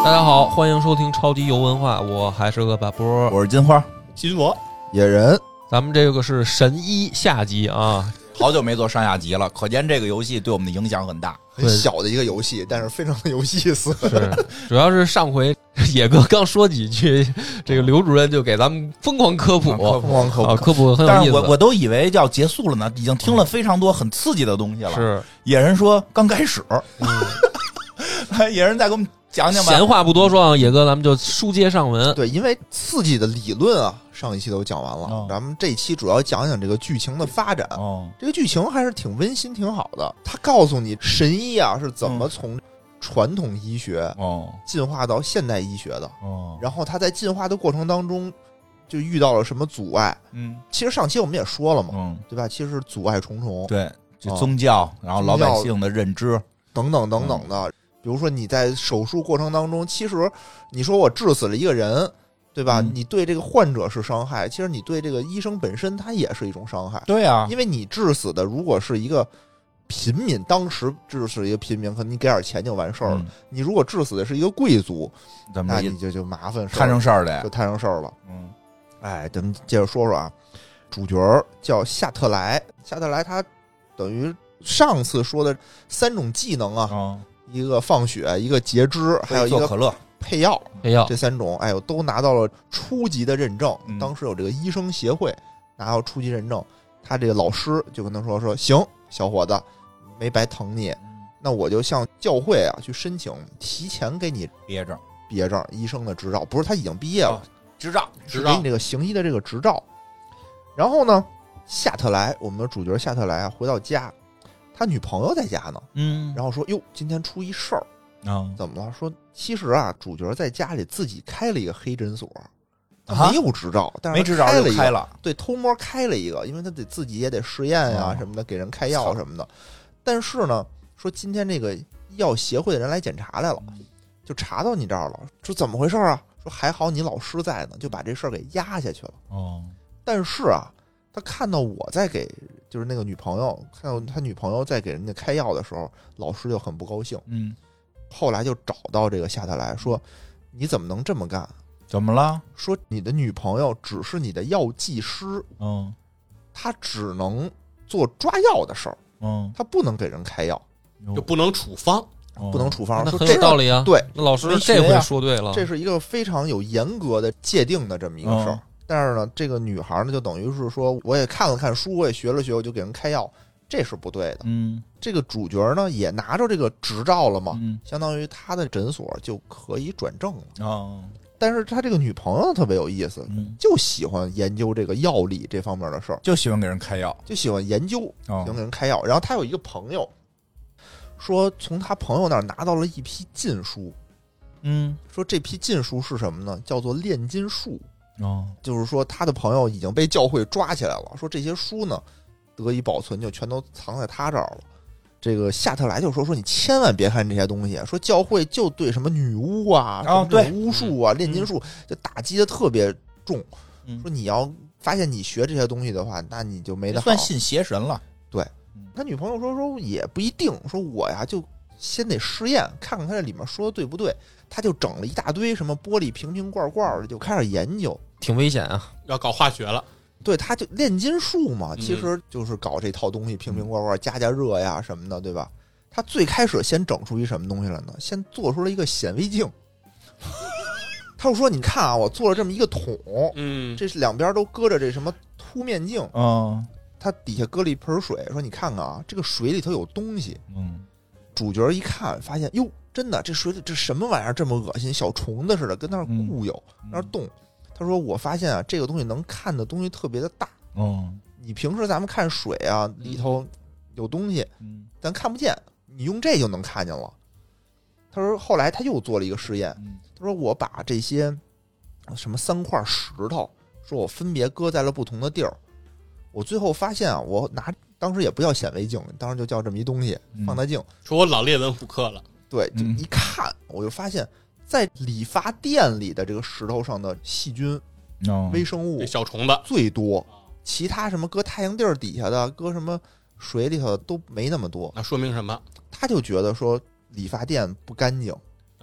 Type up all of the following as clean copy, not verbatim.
大家好，欢迎收听超级游文化，我还是个把波， 我是金花， 金佛野人。 咱们这个是神一下集啊， 好久没做上下集了，可见这个游戏对我们的影响很大。 很小的一个游戏，但是非常的有意思。 是，主要是上回野哥刚说几句，这个刘主任就给咱们疯狂科普，科普很有意思。 但是我都以为要结束了呢，已经听了非常多很刺激的东西了。 是， 野人说刚开始，野人再给我们讲讲吧。 闲话不多说啊，野哥，咱们就书接上文。 对，因为刺激的理论啊，上一期都讲完了，咱们这一期主要讲讲这个剧情的发展。这个剧情还是挺温馨、挺好的。他告诉你神医啊是怎么从传统医学进化到现代医学的。然后他在进化的过程当中就遇到了什么阻碍。其实上期我们也说了嘛，对吧？其实阻碍重重。 对，就宗教，然后老百姓的认知等等等等的。比如说你在手术过程当中，其实你说我治死了一个人，对吧？你对这个患者是伤害，其实你对这个医生本身他也是一种伤害。 对啊， 因为你治死的如果是一个平民，当时治死一个平民，可能你给点钱就完事儿了。你如果治死的是一个贵族，那你就麻烦摊上事儿了， 就摊上事儿了。哎，咱们接着说说啊，主角叫夏特莱，夏特莱他等于上次说的3种技能啊。一个放血，一个截肢，还有一个可乐配药， 这 3种，哎呦，都拿到了初级的认证。当时有这个医生协会拿到初级认证，他这个老师就跟他说行，小伙子，没白疼你，那我就向教会啊去申请提前给你毕业证，医生的执照，不是他已经毕业了， 执照是给你这个行医的这个执照。然后呢，夏特莱，我们的主角夏特莱啊，回到家。他女朋友在家呢，然后说哟，今天出一事儿，怎么了？说其实啊，主角在家里自己开了一个黑诊所，他没有执照，但是没执照就开了， 对，偷摸开了一个，因为他得自己也得实验呀什么的，给人开药什么的。但是呢，说今天这个医药协会的人来检查来了，就查到你这儿了，说怎么回事啊？说还好你老师在呢，就把这事儿给压下去了。但是啊，他看到我在给。就是那个女朋友看到他女朋友在给人家开药的时候，老师就很不高兴。后来就找到这个夏特莱说：“你怎么能这么干？ 怎么了？ 说你的女朋友只是你的药剂师，她只能做抓药的事儿，她不能给人开药， 就不能处方， 不能处方。 那很有道理啊。 对， 那老师这回说对了， 这是一个非常有严格的界定的这么一个事儿。”但是呢，这个女孩呢，就等于是说，我也看了看书，我也学了学，我就给人开药，这是不对的。这个主角呢，也拿着这个执照了嘛，相当于他的诊所就可以转正了。但是他这个女朋友特别有意思，就喜欢研究这个药理这方面的事儿， 就喜欢给人开药， 就喜欢研究，喜欢给人开药。然后他有一个朋友，说从他朋友那儿拿到了一批禁书，说这批禁书是什么呢？叫做炼金术。就是说他的朋友已经被教会抓起来了，说这些书呢得以保存，就全都藏在他这儿了。这个夏特莱就说你千万别看这些东西，说教会就对什么女巫啊、对巫术啊、炼金术就打击的特别重。说你要发现你学这些东西的话，那你就没得好， 算信邪神了。 对，他女朋友说也不一定，说我呀就先得试验，看看他这里面说的对不对。他就整了一大堆什么玻璃瓶瓶罐罐的，就开始研究， 挺危险啊， 要搞化学了。 对，他就炼金术嘛，其实就是搞这套东西，瓶瓶罐罐加热呀什么的，对吧？他最开始先整出一什么东西来呢？先做出了一个显微镜。他就说：“你看啊，我做了这么一个桶，这是两边都搁着这什么凸面镜，它底下搁了一盆水，说你看看啊，这个水里头有东西。主角一看，发现哟。”真的，这水里这什么玩意儿这么恶心，小虫子似的，跟那儿固有，那儿动。他说：“我发现啊，这个东西能看的东西特别的大。你平时咱们看水啊，里头有东西，咱看不见，你用这就能看见了。”他说：“后来他又做了一个实验，他说我把这些什么3块石头，说我分别搁在了不同的地儿，我最后发现啊，我当时也不叫显微镜，当时就叫这么一东西，放大镜。 说我老列文虎克了。” 对，就一看，我就发现，在理发店里的这个石头上的细菌、微生物、 小虫子最多，其他什么搁太阳地儿底下的、搁什么水里头的都没那么多。 那说明什么？ 他就觉得说理发店不干净，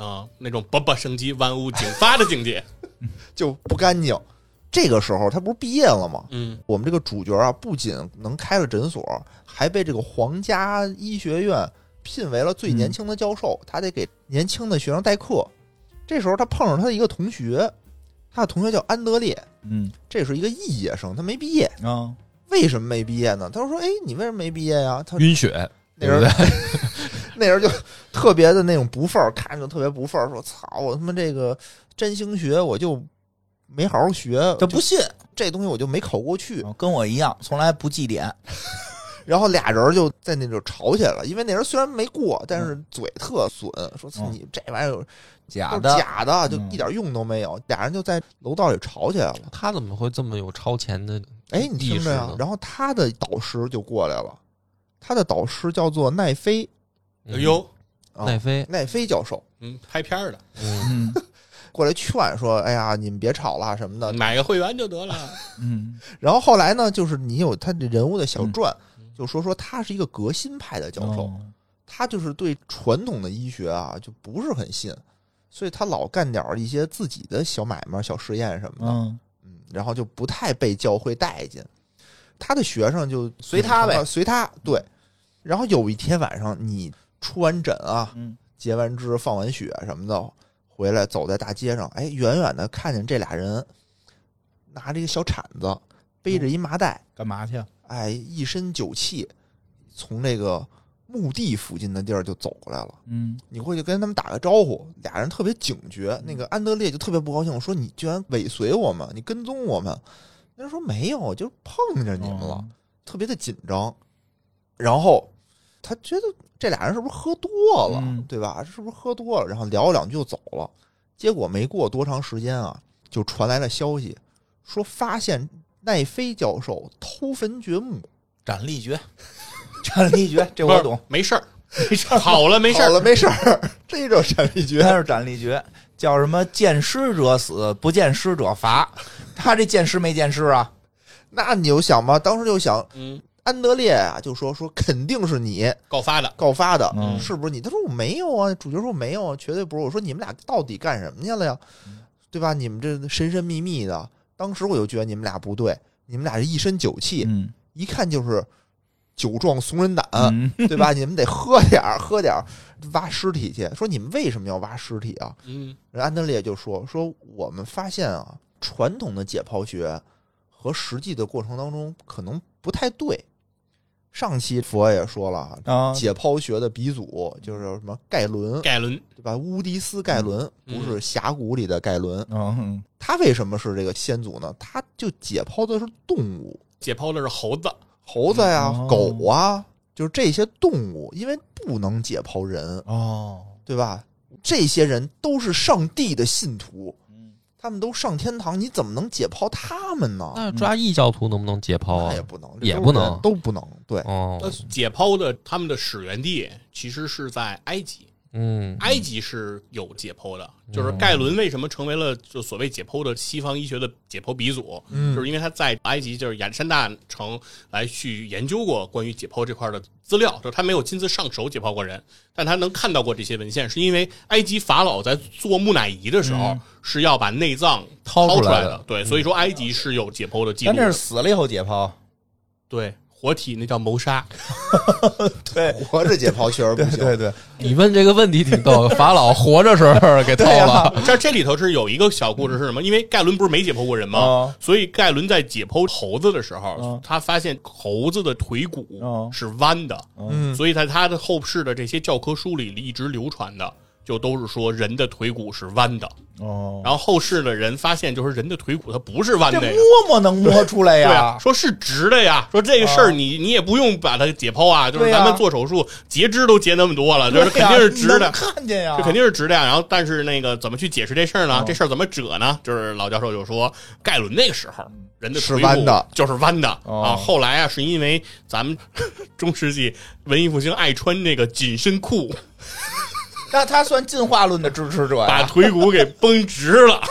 啊，那种勃勃生机、万物竞发的境界， 就不干净。这个时候他不是毕业了吗？ 我们这个主角啊，不仅能开了诊所，还被这个皇家医学院聘为了最年轻的教授，他得给年轻的学生代课。这时候他碰上他的一个同学，他的同学叫安德烈，这是一个肄业生，他没毕业啊。 为什么没毕业呢？他说：“哎，你为什么没毕业呀？”他晕血， 那人那人就特别的那种不忿儿，看着特别不忿儿，说：“操，我他妈这个占星学我就没好好学， 他不信这东西，我就没考过去， 跟我一样，从来不记点。” 然后俩人就在那就吵起来了，因为那人虽然没过，但是嘴特损，说你这玩意儿假的，就一点用都没有。俩人就在楼道里吵起来了。 他怎么会这么有超前的？ 哎，你听着呀。然后他的导师就过来了，他的导师叫做奈飞。 哎呦， 奈飞教授， 拍片的， 过来劝说：“哎呀，你们别吵了什么的， 买个会员就得了。” 然后后来呢，就是你有他的人物的小传，就说他是一个革新派的教授，他就是对传统的医学啊就不是很信，所以他老干点一些自己的小买卖、小实验什么的，然后就不太被教会待见。他的学生就随他呗， 随他对。然后有一天晚上，你出完诊啊，结完肢、放完血什么的，回来走在大街上，哎，远远的看见这俩人拿着一个小铲子，背着一麻袋， 干嘛去？ 哎，一身酒气，从这个墓地附近的地儿就走过来了。你会去跟他们打个招呼，俩人特别警觉。那个安德烈就特别不高兴，说：“你居然尾随我们，你跟踪我们。”那人说：“没有，就碰着你们了。”特别的紧张。然后他觉得这俩人是不是喝多了，对吧？是不是喝多了？然后聊了两句就走了。结果没过多长时间啊，就传来了消息，说发现奈飞教授偷坟掘墓， 斩立决，这我懂， 没事儿，好了，没事儿，这就斩立决， 他是斩立决，叫什么？见尸者死，不见尸者罚。他这见尸没见尸啊？ 那你就想吧，当时就想，安德烈啊，就说肯定是你告发的， 是不是你？他说我没有啊，主角说我没有，绝对不是。我说你们俩到底干什么去了呀？对吧？你们这神神秘秘的，当时我就觉得你们俩不对，你们俩是一身酒气，一看就是酒壮怂人胆，对吧？你们得喝点挖尸体去。说你们为什么要挖尸体啊？人安德烈就说我们发现啊，传统的解剖学和实际的过程当中可能不太对。上期佛也说了，解剖学的鼻祖就是什么盖伦，对吧？乌迪斯盖伦，不是峡谷里的盖伦。他为什么是这个先祖呢？他就解剖的是动物， 解剖的是猴子呀、狗啊，就是这些动物，因为不能解剖人，对吧？这些人都是上帝的信徒。他们都上天堂，你怎么能解剖他们呢？ 那抓异教徒能不能解剖啊？ 那也不能，都不能。对， 解剖的他们的始源地其实是在埃及。埃及是有解剖的，就是盖伦为什么成为了就所谓解剖的西方医学的解剖鼻祖，就是因为他在埃及就是亚历山大城来去研究过关于解剖这块的资料，就是他没有亲自上手解剖过人，但他能看到过这些文献，是因为埃及法老在做木乃伊的时候是要把内脏掏出来的，对，所以说埃及是有解剖的记录的。 但这是死了以后解剖， 对。活体那叫谋杀， 对，活着解剖确实不行。 对， 你问这个问题挺逗，法老活着时候给掏了。 这里头是有一个小故事是什么？因为盖伦不是没解剖过人吗？所以盖伦在解剖猴子的时候，他发现猴子的腿骨是弯的，所以在他的后世的这些教科书里一直流传的。就都是说人的腿骨是弯的然后后世的人发现，就是人的腿骨它不是弯的呀， 这摸能摸出来呀？ 对啊，说是直的呀，说这个事儿你也不用把它解剖啊，就是咱们做手术截肢都截那么多了，就是肯定是直的， 看见呀， 这肯定是直的呀。然后但是那个怎么去解释这事儿呢？这事儿怎么折呢？就是老教授就说，盖伦那个时候人的腿骨就是弯的啊，后来啊是因为咱们中世纪文艺复兴爱穿那个紧身裤。 那他算进化论的支持者呀， 把腿骨给绷直了。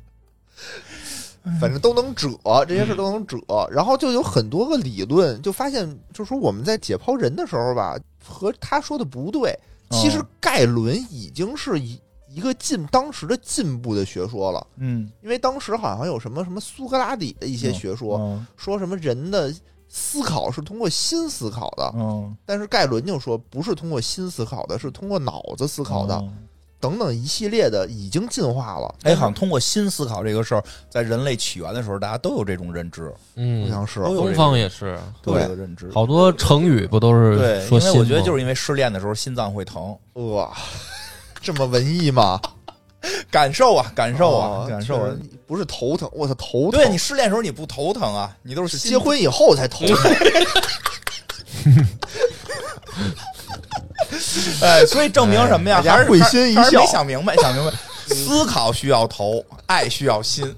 反正都能折，这些事都能折。然后就有很多个理论，就发现就是说我们在解剖人的时候吧，和他说的不对。其实盖伦已经是一一个当时的进步的学说了。因为当时好像有什么苏格拉底的一些学说，说什么人的思考是通过心思考的，但是盖伦就说不是通过心思考的，是通过脑子思考的，等等一系列的已经进化了。 好像通过心思考这个事儿，在人类起源的时候，大家都有这种认知。 好像是东方也是都有这个认知。 好多成语不都是说心吗？ 因为我觉得就是因为失恋的时候心脏会疼。 哇，这么文艺吗？ 感受啊， 不是头疼，我操，头疼。 对，你失恋的时候你不头疼啊，你都是结婚以后才头疼。 哎，所以证明什么呀？还是会心一笑， 还是没想明白，思考需要头，爱需要心。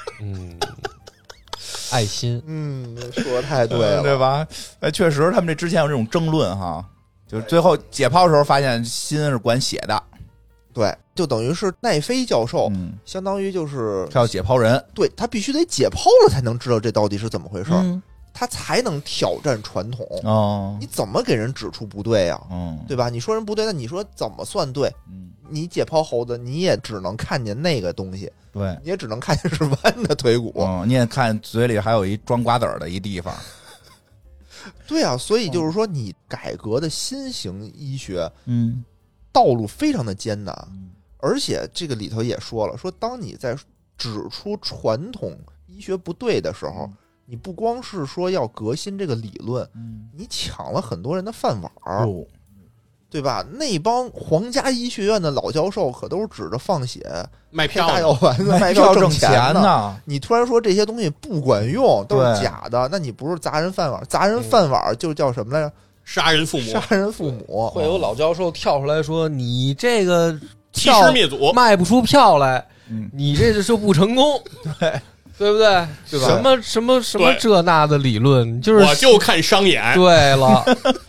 爱心。 说的太对了， 对吧？确实，他们这之前有这种争论哈，就是最后解剖的时候发现心是管血的。 对，就等于是奈飞教授，相当于就是他要解剖人， 对他必须得解剖了才能知道这到底是怎么回事，他才能挑战传统。你怎么给人指出不对呀？对吧？你说人不对，那你说怎么算对？你解剖猴子，你也只能看见那个东西， 对， 你也只能看见是弯的腿骨， 你也看嘴里还有一装瓜子儿的一地方。 对啊，所以就是说，你改革的新型医学，道路非常的艰难，而且这个里头也说了，说当你在指出传统医学不对的时候，你不光是说要革新这个理论，你抢了很多人的饭碗儿，对吧？那帮皇家医学院的老教授可都是指着放血卖票大药丸子卖票挣钱呢。你突然说这些东西不管用，都是假的，那你不是砸人饭碗？砸人饭碗就叫什么来着？ 杀人父母。 杀人父母。 会有老教授跳出来说：“你这个欺师灭祖， 卖不出票来，你这就不成功。”对不对？ 对吧？ 什么这那的理论，就是我就看商演。 对了。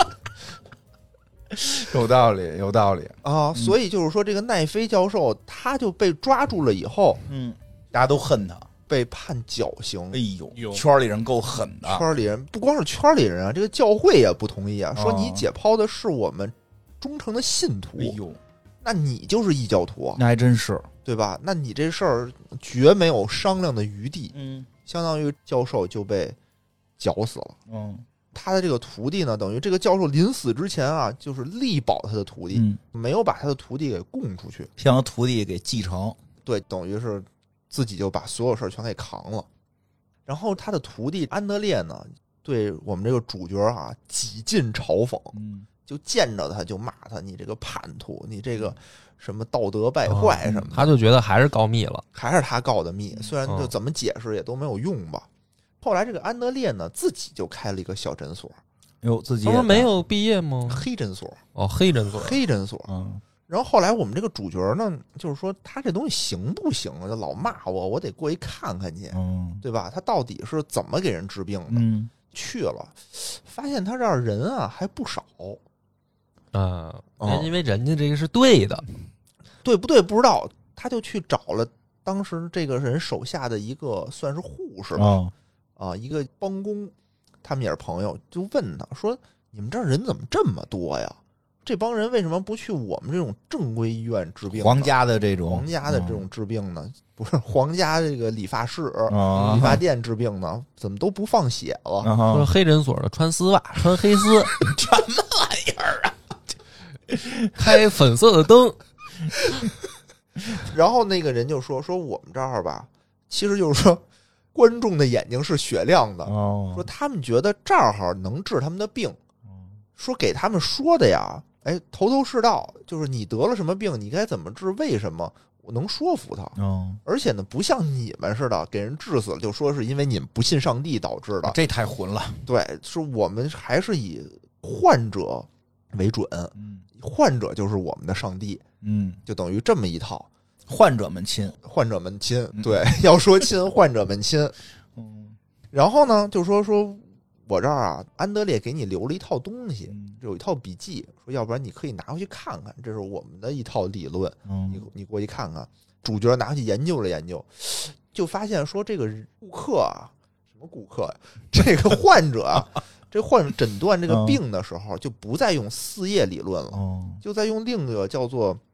有道理啊！所以就是说，这个奈飞教授他就被抓住了以后， 大家都恨他， 被判绞刑。 哎呦，圈里人够狠的。 圈里人不光是圈里人啊，这个教会也不同意啊，说你解剖的是我们忠诚的信徒。 哎呦， 那你就是异教徒啊！ 那还真是， 对吧？那你这事儿绝没有商量的余地。相当于教授就被绞死了。他的这个徒弟呢，等于这个教授临死之前啊，就是力保他的徒弟，没有把他的徒弟给供出去， 让徒弟给继承。 对，等于是自己就把所有事儿全给扛了。然后他的徒弟安德烈呢，对我们这个主角啊几近嘲讽，就见着他就骂他，你这个叛徒，你这个什么道德败坏什么的。 他就觉得还是告密了， 还是他告的密，虽然就怎么解释也都没有用吧。后来这个安德烈呢，自己就开了一个小诊所。 自己他不是没有毕业吗？ 黑诊所。 黑诊所。 然后后来我们这个主角呢，就是说他这东西行不行啊？就老骂我，我得过去看看去，对吧？他到底是怎么给人治病的？去了，发现他这儿人啊还不少因为人家这个是对的， 对不对不知道，他就去找了当时这个人手下的一个算是护士吧。一个帮工，他们也是朋友，就问他说：“你们这儿人怎么这么多呀？这帮人为什么不去我们这种正规医院治病？ 皇家的这种治病呢？不是皇家这个理发室、理发店治病呢？怎么都不放血了？ 说黑诊所的穿丝袜，穿黑丝， 什么玩意儿啊？ 开粉色的灯。” 然后那个人就说我们这儿吧，其实就是说。观众的眼睛是雪亮的，说他们觉得这儿能治他们的病，说给他们说的呀，头头是道，就是你得了什么病，你该怎么治，为什么，我能说服他。而且呢，不像你们似的给人治死了，就说是因为你们不信上帝导致的， 这太混了。 对，是我们还是以患者为准，患者就是我们的上帝，就等于这么一套。 患者们亲， 对，要说亲，患者们亲。然后呢，就说我这儿啊，安德烈给你留了一套东西，有一套笔记，说要不然你可以拿回去看看，这是我们的一套理论，你过去看看。主角拿去研究了研究，就发现说这个顾客啊，什么顾客呀？这个患者啊，这患者诊断这个病的时候，就不再用4叶理论了，就在用另一个叫做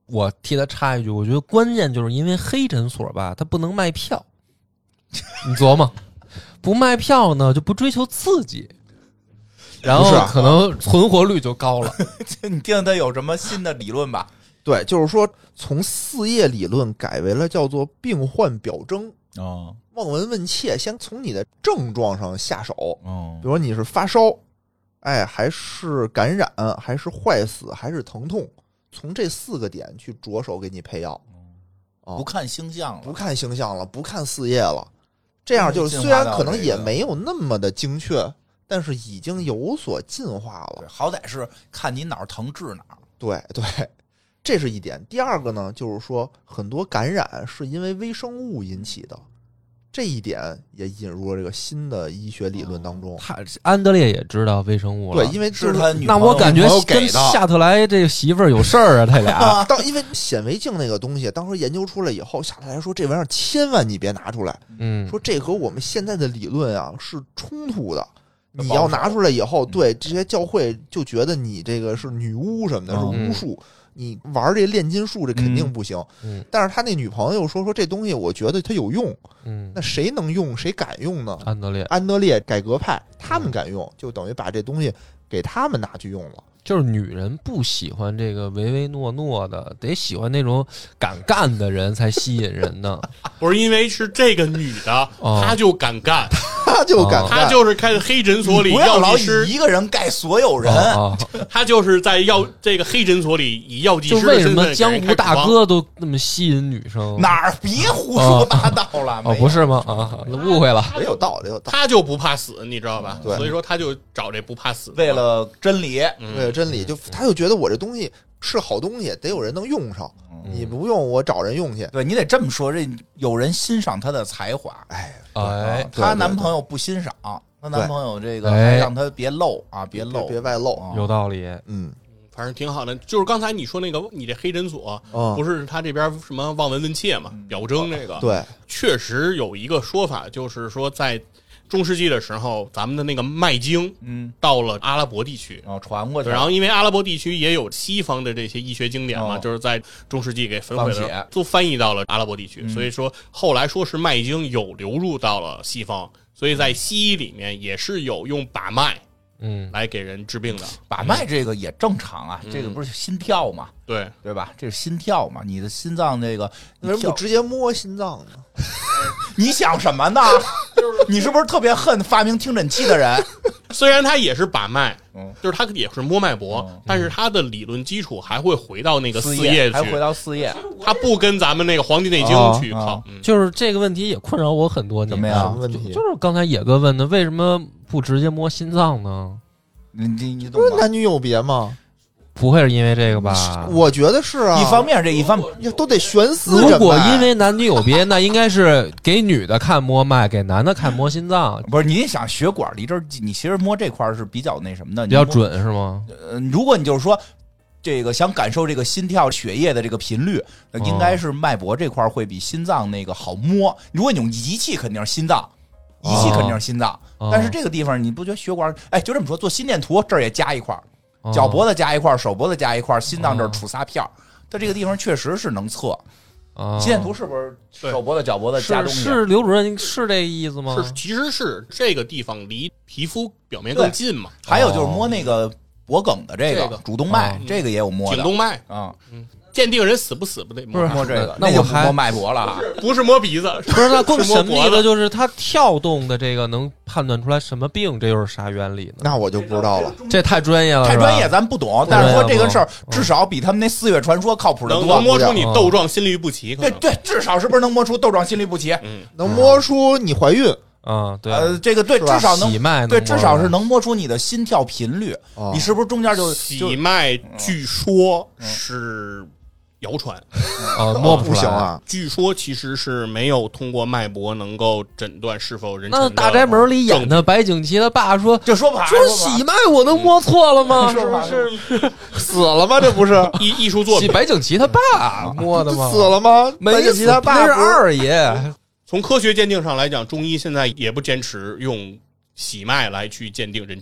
我替他插一句，我觉得关键就是因为黑诊所吧，它不能卖票，你琢磨，不卖票呢就不追求刺激，然后可能存活率就高了。 你听听他有什么新的理论吧？ 对，就是说从4页理论改为了叫做病患表征。 哦， 望闻问切，先从你的症状上下手。 哦， 比如说你是发烧，哎，还是感染，还是坏死，还是疼痛，从这4个点去着手给你配药。 不看星象了， 不看星象了，不看4页了。这样就是虽然可能也没有那么的精确，但是已经有所进化了。 好歹是看你哪儿疼治哪儿。 对对。这是一点。第二个呢，就是说很多感染是因为微生物引起的，这一点也引入了这个新的医学理论当中。 安德烈也知道微生物了， 对，因为是他女那我感觉跟夏特莱这个媳妇儿有事儿啊，他俩。 因为显微镜那个东西，当时研究出来以后，夏特莱说这玩意儿千万你别拿出来，说这和我们现在的理论啊是冲突的。你要拿出来以后，对这些教会就觉得你这个是女巫什么的，是巫术。你玩这炼金术这肯定不行，但是他那女朋友说这东西我觉得它有用，那谁能用谁敢用呢？安德烈改革派他们敢用，就等于把这东西给他们拿去用了。 就是女人不喜欢这个唯唯诺诺的，得喜欢那种敢干的人才吸引人呢。 不是因为是这个女的，她就敢干， 她就敢干， 她就是开黑诊所里药剂师， 一个人盖所有人， 她就是在这个黑诊所里以药剂师的身份。 就为什么江湖大哥都那么吸引女生？ 哪儿别胡说八道了？ 不是吗？误会了， 也有道理，有道理。 他就不怕死，你知道吧？ 对， 所以说他就找这不怕死， 为了真理， 为了真理，他就觉得我这东西是好东西，得有人能用上。你不用，我找人用去。 对你得这么说，这有人欣赏他的才华。她男朋友不欣赏，她男朋友这个还让他别露啊，别外露， 有道理。 反正挺好的。就是刚才你说那个，你这黑诊所不是他这边什么望闻问切嘛，表征这个， 对， 确实有一个说法，就是说在中世纪的时候，咱们的那个麦经，到了阿拉伯地区， 传过去。 然后因为阿拉伯地区也有西方的这些医学经典嘛，就是在中世纪给焚毁了，都翻译到了阿拉伯地区。所以说后来说是麦经有流入到了西方，所以在西医里面也是有用把脉。来给人治病的。 把脉这个也正常啊，这个不是心跳嘛？对吧？这是心跳嘛？你的心脏这个为什么不直接摸心脏呢？ 你想什么呢？你是不是特别恨发明听诊器的人？ 虽然他也是把脉，就是他也是摸脉搏，但是他的理论基础还会回到那个4页去， 还回到4页， 他不跟咱们那个《黄帝内经》去靠。 就是这个问题也困扰我很多年。 怎么样？ 什么问题？ 就是刚才野哥问的，为什么不直接摸心脏呢？ 你不是男女有别吗？ 不会是因为这个吧？ 我觉得是啊， 一方面这一方面都得悬丝。 如果因为男女有别，那应该是给女的看摸脉，给男的看摸心脏。 不是，你想血管离这儿，你其实摸这块是比较那什么的， 比较准是吗？ 如果你就是说这个想感受这个心跳血液的这个频率，应该是脉搏这块会比心脏那个好摸。如果你用仪器，肯定是心脏。仪器肯定是心脏，但是这个地方你不觉得血管？哎，就这么说，做心电图这儿也加一块，脚脖子加一块，手脖子加一块，心脏这儿杵仨片儿。它这个地方确实是能测。心电图是不是手脖子、脚脖子加东西？ 是刘主任是这意思吗？ 是，其实是这个地方离皮肤表面更近嘛。 还有就是摸那个脖梗的这个主动脉，这个也有摸的。 颈动脉鉴定人死不死不得摸这个， 那就不摸脉搏了， 不是摸鼻子， 不是。那更神秘的就是它跳动的这个能判断出来什么病，这又是啥原理呢？ 那我就不知道了， 这太专业了， 太专业咱不懂。但是说这个事儿至少比他们那4月传说靠谱的多， 能摸出你窦状心律不齐。 对，至少是不是能摸出窦状心律不齐？ 能摸出你怀孕。 对， 这个对，至少能喜脉， 对，至少是能摸出你的心跳频率。你是不是中间就喜脉？据说是谣传， 摸不行啊。 据说其实是没有通过脉搏能够诊断是否人。 那大宅门里演的白景琦的爸说， 就说吧， 说喜脉我能摸错了吗？ 是死了吗？这不是艺术作品？ 白景琦他爸摸的吗？ 死了吗？ 白景琦他爸那是二爷。 从科学鉴定上来讲，中医现在也不坚持用喜脉来去鉴定人参，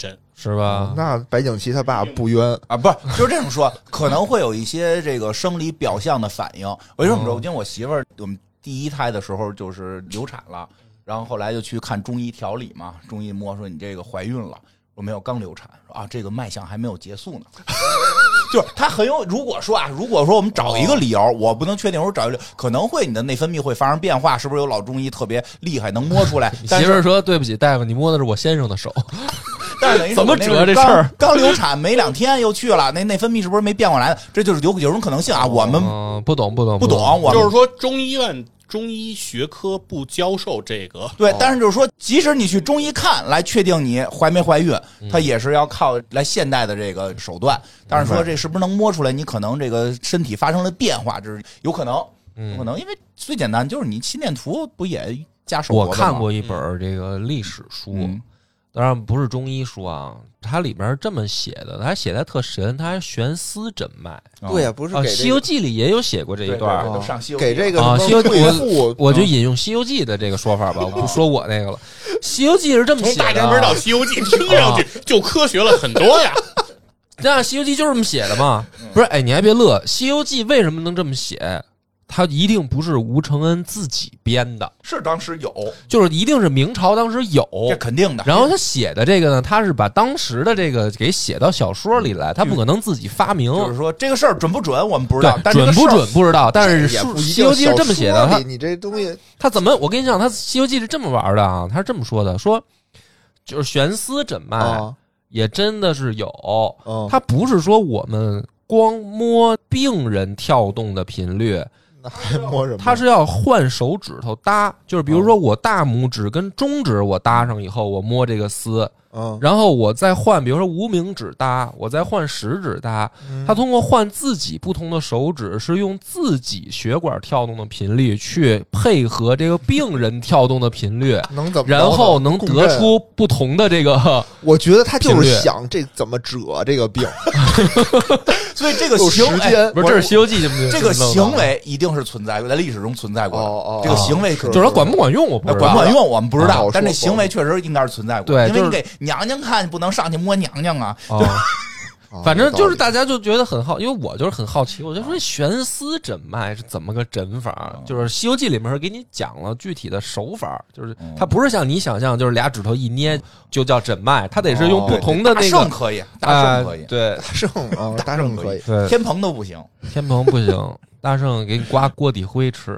是吧？ 那白景琦他爸不冤啊，不是，就是这么说，可能会有一些这个生理表象的反应。为什么说？因为我媳妇儿我们第一胎的时候就是流产了，然后后来就去看中医调理嘛，中医摸说你这个怀孕了，我没有，刚流产，说啊这个脉象还没有结束呢。就是他很有，如果说我们找一个理由，我不能确定，我找一个理由，可能会你的内分泌会发生变化，是不是有老中医特别厉害能摸出来？ 你媳妇儿说对不起，大夫，你摸的是我先生的手。 但是等于怎么折这事儿？ 刚流产没2天又去了，那内分泌是不是没变过来？这就是有种可能性啊。我们不懂， 我就是说中医院。中医学科不教授这个， 对，但是就是说，即使你去中医看来确定你怀没怀孕，它也是要靠来现代的这个手段。但是说这是不是能摸出来你可能这个身体发生了变化，这是有可能，有可能，因为最简单就是你心电图不也加手活的吗？ 我看过一本这个历史书，当然不是中医书啊，它里边这么写的，它写的特神，它还悬丝诊脉。 对呀，不是给 《西游记》里也有写过这一段， 都上西游给这个 《西游记》我就引用《西游记》的这个说法吧，我不说我那个了，《西游记》是这么写的， 从大宅门到《西游记》听上去就科学了很多呀。 那《西游记》就这么写的嘛？不是，哎，你还别乐，《西游记》为什么能这么写？它一定不是吴承恩自己编的， 是当时有， 就是一定是明朝当时有， 这肯定的。 然后他写的这个呢，他是把当时的这个给写到小说里来，他不可能自己发明。 就是说这个事儿准不准我们不知道，但准不准不知道。但是《西游记》是这么写的， 你这东西他怎么？我跟你讲，他《西游记》是这么玩的啊，他是这么说的，说就是悬丝诊脉也真的是有，他不是说我们光摸病人跳动的频率。 那还摸什么？ 他是要换手指头搭，就是比如说我大拇指跟中指我搭上以后，我摸这个丝，然后我再换，比如说无名指搭，我再换食指搭，他通过换自己不同的手指，是用自己血管跳动的频率去配合这个病人跳动的频率， 能怎么？ 然后能得出不同的这个。 我觉得他就是想这怎么治这个病。 所以这个行为不是，这是《西游记》 这个行为一定是存在过，在历史中存在过的。这个行为就是它管不管用，我不知道。 管不管用我们不知道，但这行为确实应该是存在过。 对， 因为你给娘娘看，不能上去摸娘娘啊。 反正就是大家就觉得很好，因为我就是很好奇，我就说悬丝诊脉是怎么个诊法？就是《西游记》里面是给你讲了具体的手法，就是它不是像你想象，就是俩指头一捏就叫诊脉，它得是用不同的那个。 大圣可以，大圣可以， 对， 大圣可以， 对， 天蓬都不行， 天蓬不行，大圣给你刮锅底灰吃。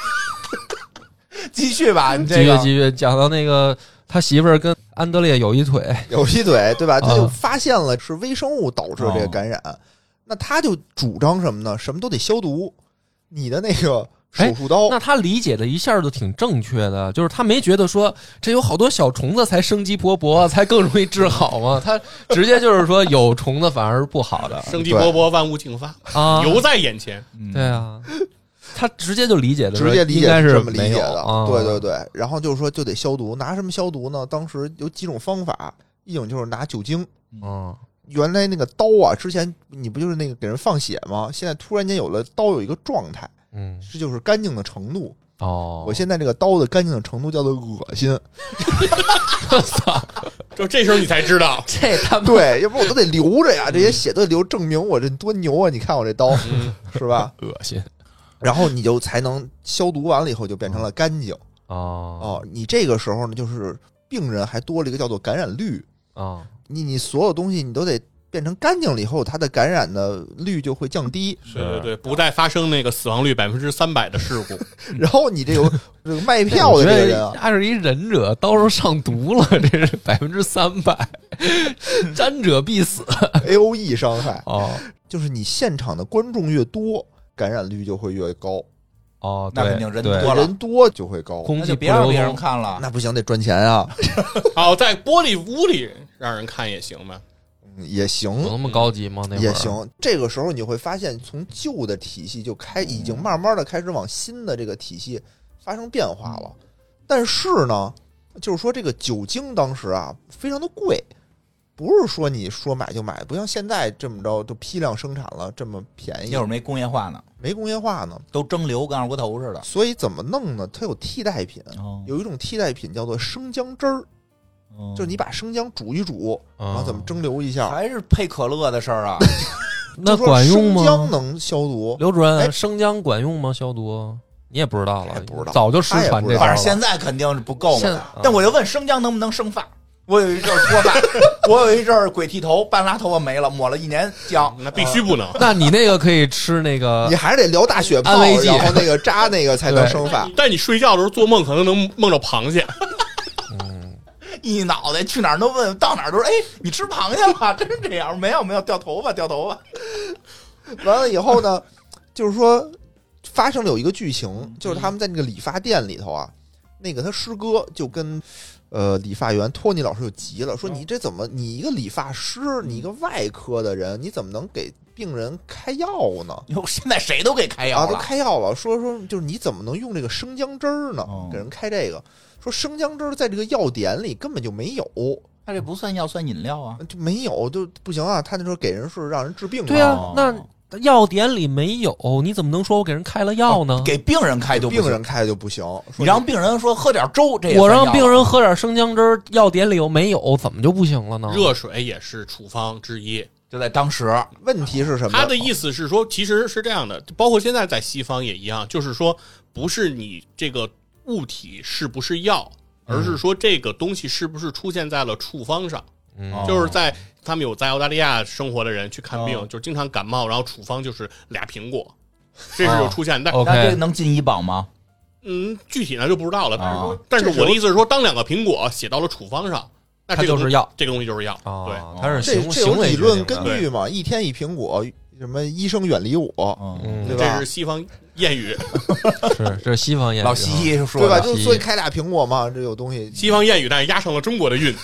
继续吧，你继续讲到那个。他媳妇儿跟安德烈有一腿， 对吧？他就发现了是微生物导致这个感染，那他就主张什么呢？什么都得消毒。你的那个手术刀， 那他理解的一下就挺正确的，就是他没觉得说这有好多小虫子才生机勃勃，才更容易治好吗？他直接就是说有虫子反而是不好的， 生机勃勃，万物竞发啊，犹在眼前。 对啊。他直接就理解的， 直接理解应该是这么理解的， 对对。然后就是说就得消毒，拿什么消毒呢？当时有几种方法，一种就是拿酒精。原来那个刀啊，之前你不就是那个给人放血吗？现在突然间有了刀有一个状态，这就是干净的程度。我现在这个刀的干净的程度叫做恶心。 我操！ 就这时候你才知道， 这他妈对，要不我都得留着呀，这些血都得留，证明我这多牛啊！你看我这刀，是吧？ 恶心。然后你就才能消毒完了以后就变成了干净你这个时候呢，就是病人还多了一个叫做感染率你所有东西你都得变成干净了以后，它的感染的率就会降低。 对，不再发生那个死亡率300%的事故。 然后你这个卖票的这个人他是一忍者，刀上上毒了，这是300%，沾者必死 ，AOE 伤害就是你现场的观众越多。感染率就会越高那肯定人多了， 人多就会高， 空气别让别人看了， 那不行，得赚钱啊！ 在玻璃屋里让人看也行吗？ 也行， 有那么高级吗？那也行。这个时候你会发现，从旧的体系就已经慢慢的开始往新的这个体系发生变化了。但是呢，就是说这个酒精当时啊非常的贵。不是说你说买就买，不像现在这么着都批量生产了这么便宜。 那会儿没工业化呢， 都蒸馏跟二锅头似的。 所以怎么弄呢？它有替代品，有一种替代品叫做生姜汁儿。 就是你把生姜煮一煮，然后怎么蒸馏一下， 还是配可乐的事儿啊？ 那管用吗？ 生姜能消毒？ 刘主任，生姜管用吗？消毒？你也不知道了， 不知道， 早就失传这。 反正现在肯定是不够嘛。但我就问，生姜能不能生发？我有一阵脱发，我有一阵鬼剃头，半拉头发没了，抹了1年姜， 那必须不能。 那你那个可以吃那个， 你还是得聊大血泡，然后那个扎那个才能生发。 但你睡觉的时候做梦可能能梦着螃蟹。 一脑袋去哪儿都问，到哪儿都是你吃螃蟹了？真是这样？没有，掉头发。 完了以后呢，就是说发生了有一个剧情，就是他们在那个理发店里头啊，那个他师哥就跟理发员托尼老师就急了，说你这怎么，你一个理发师，你一个外科的人，你怎么能给病人开药呢？ 现在谁都给开药了， 都开药了。说就是你怎么能用这个生姜汁儿呢？给人开这个，说生姜汁儿在这个药典里根本就没有。 他这不算药，算饮料啊， 就没有就不行啊。他那时候给人是让人治病的。 对啊，那药典里没有，你怎么能说我给人开了药呢？ 给病人开就不行， 病人开就不行。 你让病人说喝点粥，这也我让病人喝点生姜汁，药典里有没有？怎么就不行了呢？ 热水也是处方之一。 就在当时， 问题是什么？ 他的意思是说，其实是这样的，包括现在在西方也一样，就是说，不是你这个物体是不是药，而是说这个东西是不是出现在了处方上。就是在他们有在澳大利亚生活的人去看病，就是经常感冒，然后处方就是2苹果，这是有出现。但那这能进医保吗？ 具体呢就不知道了。但是我的意思是说，当2个苹果写到了处方上。那它就是药， 这个东西就是药。对， 它是这有理论根据嘛？1天1苹果，什么医生远离我，对吧？ 这是西方谚语， 这是西方谚语， 老西医说对吧？就所以开2苹果嘛，这有东西。 西方谚语，但是压上了中国的韵。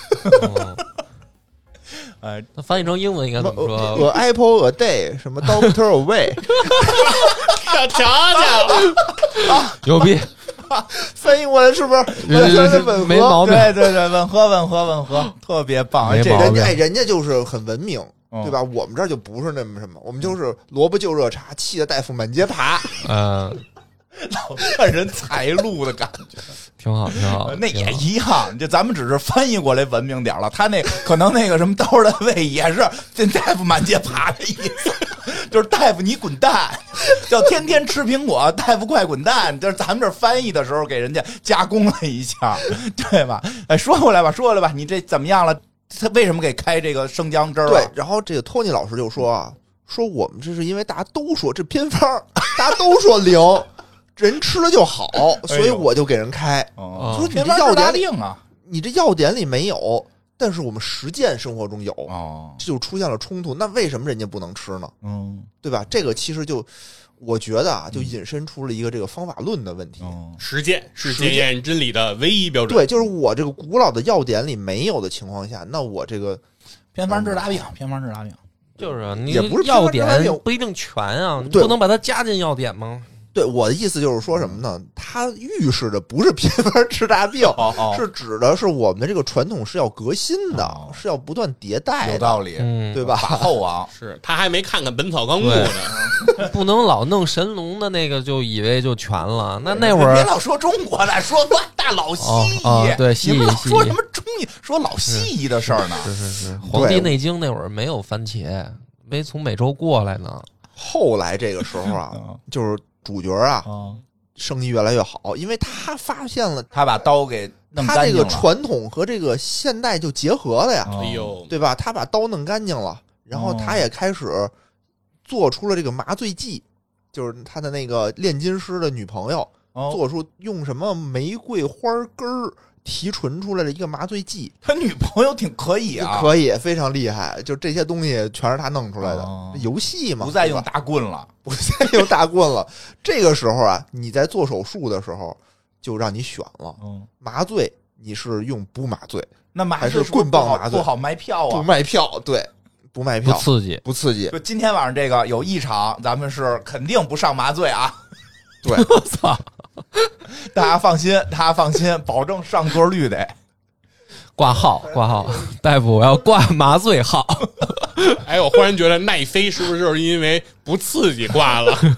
那翻译成英文应该怎么说 ？A apple a day， 什么 doctor away， 瞧瞧啊， 牛逼！ 翻译过来是不是完全的吻合？ 没毛病， 对，吻合，特别棒。这人家就是很文明，对吧？我们这儿就不是那么什么，我们就是萝卜就热茶，气得大夫满街爬。 老看人财路的感觉， 挺好。 那也一样，就咱们只是翻译过来文明点了。他那可能那个什么刀的胃也是这大夫满街爬的意思。就是大夫你滚蛋，叫天天吃苹果，大夫快滚蛋。就是咱们这翻译的时候给人家加工了一下，对吧？说回来吧，你这怎么样了？他为什么给开这个生姜汁儿？ 对，然后这个托尼老师就说啊，说我们这是因为大家都说这偏方，大家都说灵，人吃了就好，所以我就给人开。说你这药典里你这药典里没有。但是我们实践生活中有，这就出现了冲突。那为什么人家不能吃呢？对吧？这个其实就，我觉得啊，就引申出了一个这个方法论的问题。 实践是检验真理的唯一标准。 对，就是我这个古老的药典里没有的情况下，那我这个偏方治大病， 就是你也不是药典不一定全啊，你不能把它加进药典吗？ 对，我的意思就是说什么呢？它预示的不是偏方治大病，是指的是我们的这个传统是要革新的，是要不断迭代的， 有道理， 对吧？ 法后王是他还没看看《本草纲目》呢， 不能老弄神农的那个就以为就全了。那会儿别老说中国的，说大老西医， 对西医， 你们老说什么中医，说老西医的事儿呢？ 是，《黄帝内经》那会儿没有番茄，没从美洲过来呢。 后来这个时候啊，就是主角啊，生意越来越好，因为他发现了， 他把刀给弄干净了， 他这个传统和这个现代就结合了呀，对吧？他把刀弄干净了，然后他也开始做出了这个麻醉剂，就是他的那个炼金师的女朋友做出用什么玫瑰花根儿提纯出来的一个麻醉剂。 他女朋友挺可以啊， 可以，非常厉害，就这些东西全是他弄出来的。游戏嘛， 不再用大棍了， 不再用大棍了。这个时候啊，你在做手术的时候就让你选了，麻醉你是用不麻醉， 那还是棍棒麻醉？ 不好卖票啊， 不卖票，对，不卖票，不刺激。 就今天晚上这个有一场，咱们是肯定不上麻醉啊。 对， 我操！ 大家放心，保证上座率得挂号，大夫，我要挂麻醉号。 哎，我忽然觉得奈飞是不是就是因为不刺激挂了？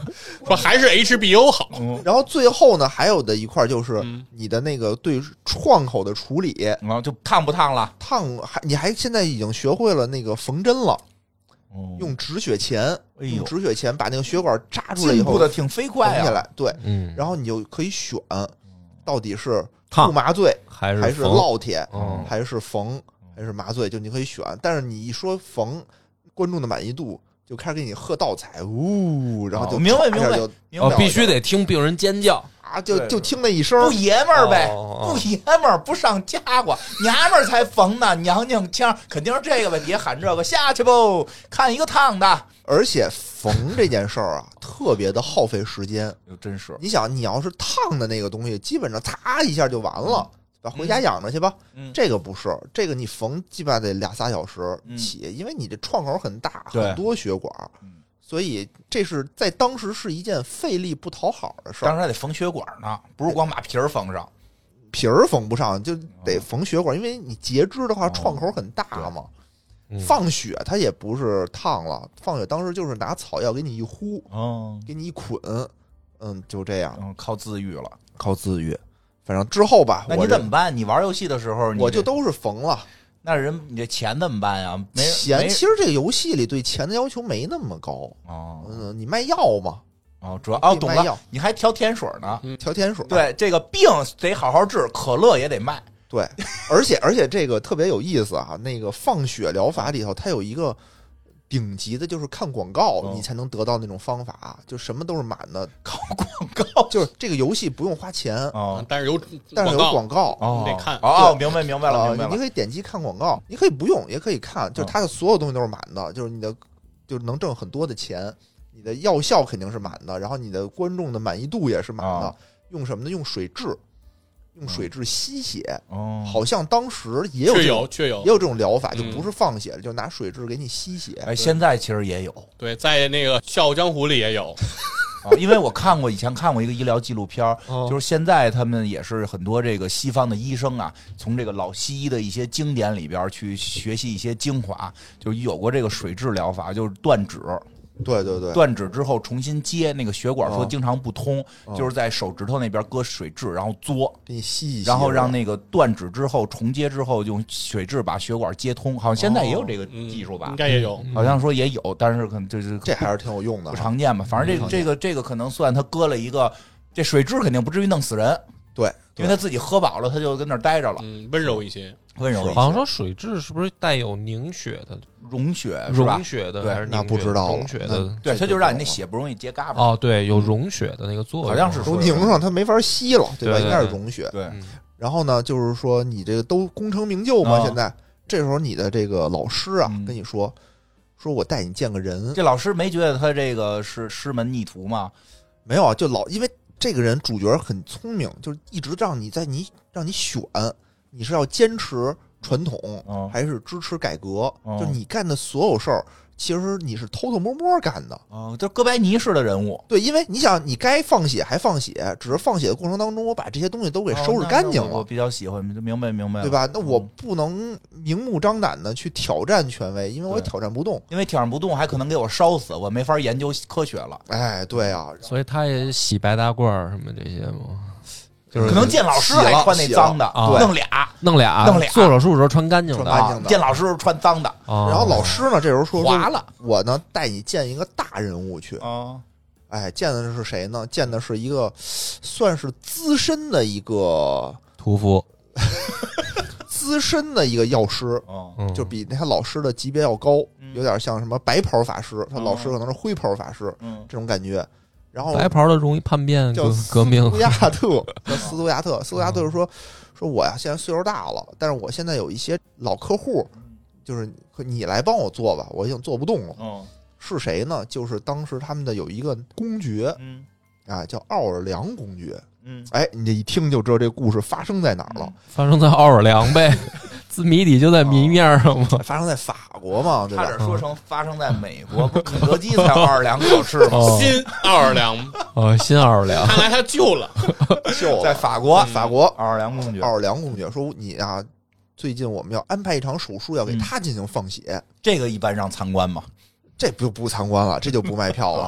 说还是 HBO 好。 然后最后呢，还有的一块就是你的那个对创口的处理， 就烫不烫了？ 你还现在已经学会了那个缝针了。用止血钳，用止血钳把那个血管扎出来以后， 进步的挺飞快下来，对， 然后你就可以选到底是不麻醉还是烙铁，还是缝还是麻醉，就你可以选。但是你一说缝，观众的满意度就开始给你喝倒彩，然后就明白， 必须得听病人尖叫啊，就听那一声， 不爷们儿呗，不爷们儿，不上家伙，娘们儿才缝呢，娘娘腔肯定是这个呗，别喊这个，下去不看一个烫的。 而且缝这件事儿啊，特别的耗费时间， 真是。 你想，你要是烫的那个东西，基本上擦一下就完了。回家养着去吧。这个不是，这个你缝基本上得2-3小时起，因为你这创口很大，很多血管，所以这是在当时是一件费力不讨好的事儿。 当时还得缝血管呢，不是光把皮儿缝上， 皮儿缝不上就得缝血管，因为你截肢的话，创口很大嘛。放血它也不是烫了，放血当时就是拿草药给你一呼，给你一捆，就这样， 靠自愈了， 靠自愈。反正之后吧， 那你怎么办？你玩游戏的时候， 我就都是缝了。 那你这钱怎么办呀？ 钱其实这个游戏里对钱的要求没那么高你卖药嘛。 主要懂了，你还调甜水呢， 调甜水。 对，这个病得好好治，可乐也得卖。 对，而且这个特别有意思啊，那个放血疗法里头，它有一个顶级的，就是看广告你才能得到那种方法，就什么都是满的， 靠广告， 就是这个游戏不用花钱但是有广告， 你得看明白了， 你可以点击看广告，你可以不用，也可以看，就是它的所有东西都是满的，就是你的就是能挣很多的钱，你的药效肯定是满的，然后你的观众的满意度也是满的，用什么呢？用水蛭。用水蛭吸血，好像当时也有这种疗法，就不是放血了，就拿水蛭给你吸血。 现在其实也有， 对，在那个《笑傲江湖》里也有。 因为我以前看过一个医疗纪录片，就是现在他们也是很多这个西方的医生啊，从这个老西医的一些经典里边去学习一些精华，就有过这个水蛭疗法，就是断指。 对对对， 断指之后重新接那个血管，说经常不通，就是在手指头那边搁水蛭，然后嘬， 给你吸一吸， 然后让那个断指之后重接之后用水蛭把血管接通。好像现在也有这个技术吧？ 应该也有， 好像说也有，但是可能就是这还是挺有用的， 不常见吧？反正这个可能算他搁了一个，这水蛭肯定不至于弄死人， 对， 因为他自己喝饱了，他就跟那儿待着了， 温柔一些。 好像说水蛭是不是带有凝血的？ 溶血是吧？ 溶血的对， 还是那不知道溶血的？ 对，它就让你那血不容易结嘎巴。 对，有溶血的那个作用， 好像是都凝上，它没法吸了，对吧？应该是溶血。 对。 然后呢，就是说你这个都功成名就嘛，现在这时候你的这个老师啊，跟你说我带你见个人。 这老师没觉得他这个是师门逆徒吗？ 没有啊，就因为这个人主角很聪明，就是一直让你选，你是要坚持传统还是支持改革？就你干的所有事儿，其实你是偷偷摸摸干的。 就哥白尼式的人物。 对，因为你想，你该放血还放血，只是放血的过程当中，我把这些东西都给收拾干净了。 我比较喜欢，明白， 对吧？那我不能明目张胆的去挑战权威，因为我也挑战不动。 因为挑战不动，还可能给我烧死，我没法研究科学了。 哎，对啊， 所以他也洗白大褂什么这些嘛。 就是可能见老师还穿那脏的，弄俩， 做手术的时候穿干净的， 见老师穿脏的。 然后老师呢，这时候说划了， 我呢带你见一个大人物去。见的是谁呢？见的是一个算是资深的一个屠夫， 资深的一个药师，就比他老师的级别要高，有点像什么白袍法师，他老师可能是灰袍法师，这种感觉。然后白袍的容易叛变革命， 斯图亚特叫斯图亚特，斯图亚特说我呀，现在岁数大了，但是我现在有一些老客户，就是你来帮我做吧，我已经做不动了。是谁呢？就是当时他们的有一个公爵，叫奥尔良公爵。你这一听就知道这故事发生在哪儿了， 发生在奥尔良呗。自谜底就在谜面上嘛， 发生在法国嘛，对吧？ 差点说成发生在美国，不肯德基才奥尔良考试吗？ 新奥尔良， 新奥尔良， 看来他救了， 在法国， 奥尔良公爵说你啊，最近我们要安排一场手术，要给他进行放血， 这个一般让参观嘛， 这不参观了，这就不卖票了。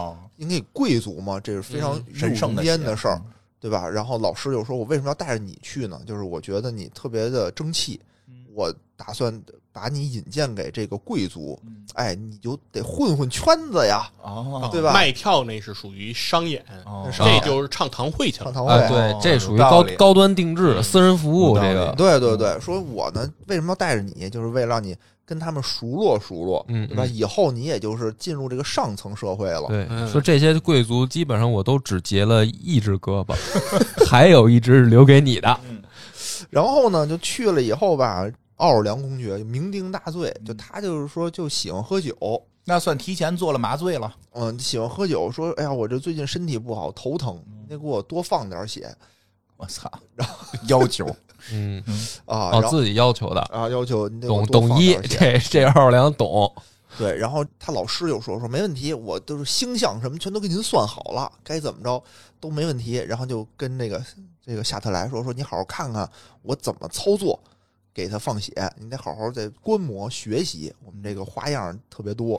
您给贵族嘛，这是非常神圣的事儿，对吧？然后老师就说：“我为什么要带着你去呢？就是我觉得你特别的争气，我打算把你引荐给这个贵族，哎，你就得混混圈子呀，对吧？ 卖票那是属于商演， 这就是唱堂会去了。 唱堂会， 对，这属于高端定制、私人服务。这个， 对，说我呢为什么要带着你，就是为了让你跟他们熟络，对吧？以后你也就是进入这个上层社会了。 对，说这些贵族基本上我都只截了一只胳膊，还有一只留给你的。 然后呢，就去了以后吧。奥尔良公爵就酩酊大醉，就他就是说就喜欢喝酒， 那算提前做了麻醉了。 喜欢喝酒，说哎呀，我这最近身体不好，头疼，你得给我多放点血。 我操，然后要求， 自己要求的啊，要求懂医，这奥尔良懂。 对，然后他老师就说没问题，我都是星象什么全都给您算好了，该怎么着都没问题。然后就跟这个夏特莱说你好好看看我怎么操作。给他放血，你得好好在观摩学习，我们这个花样特别多。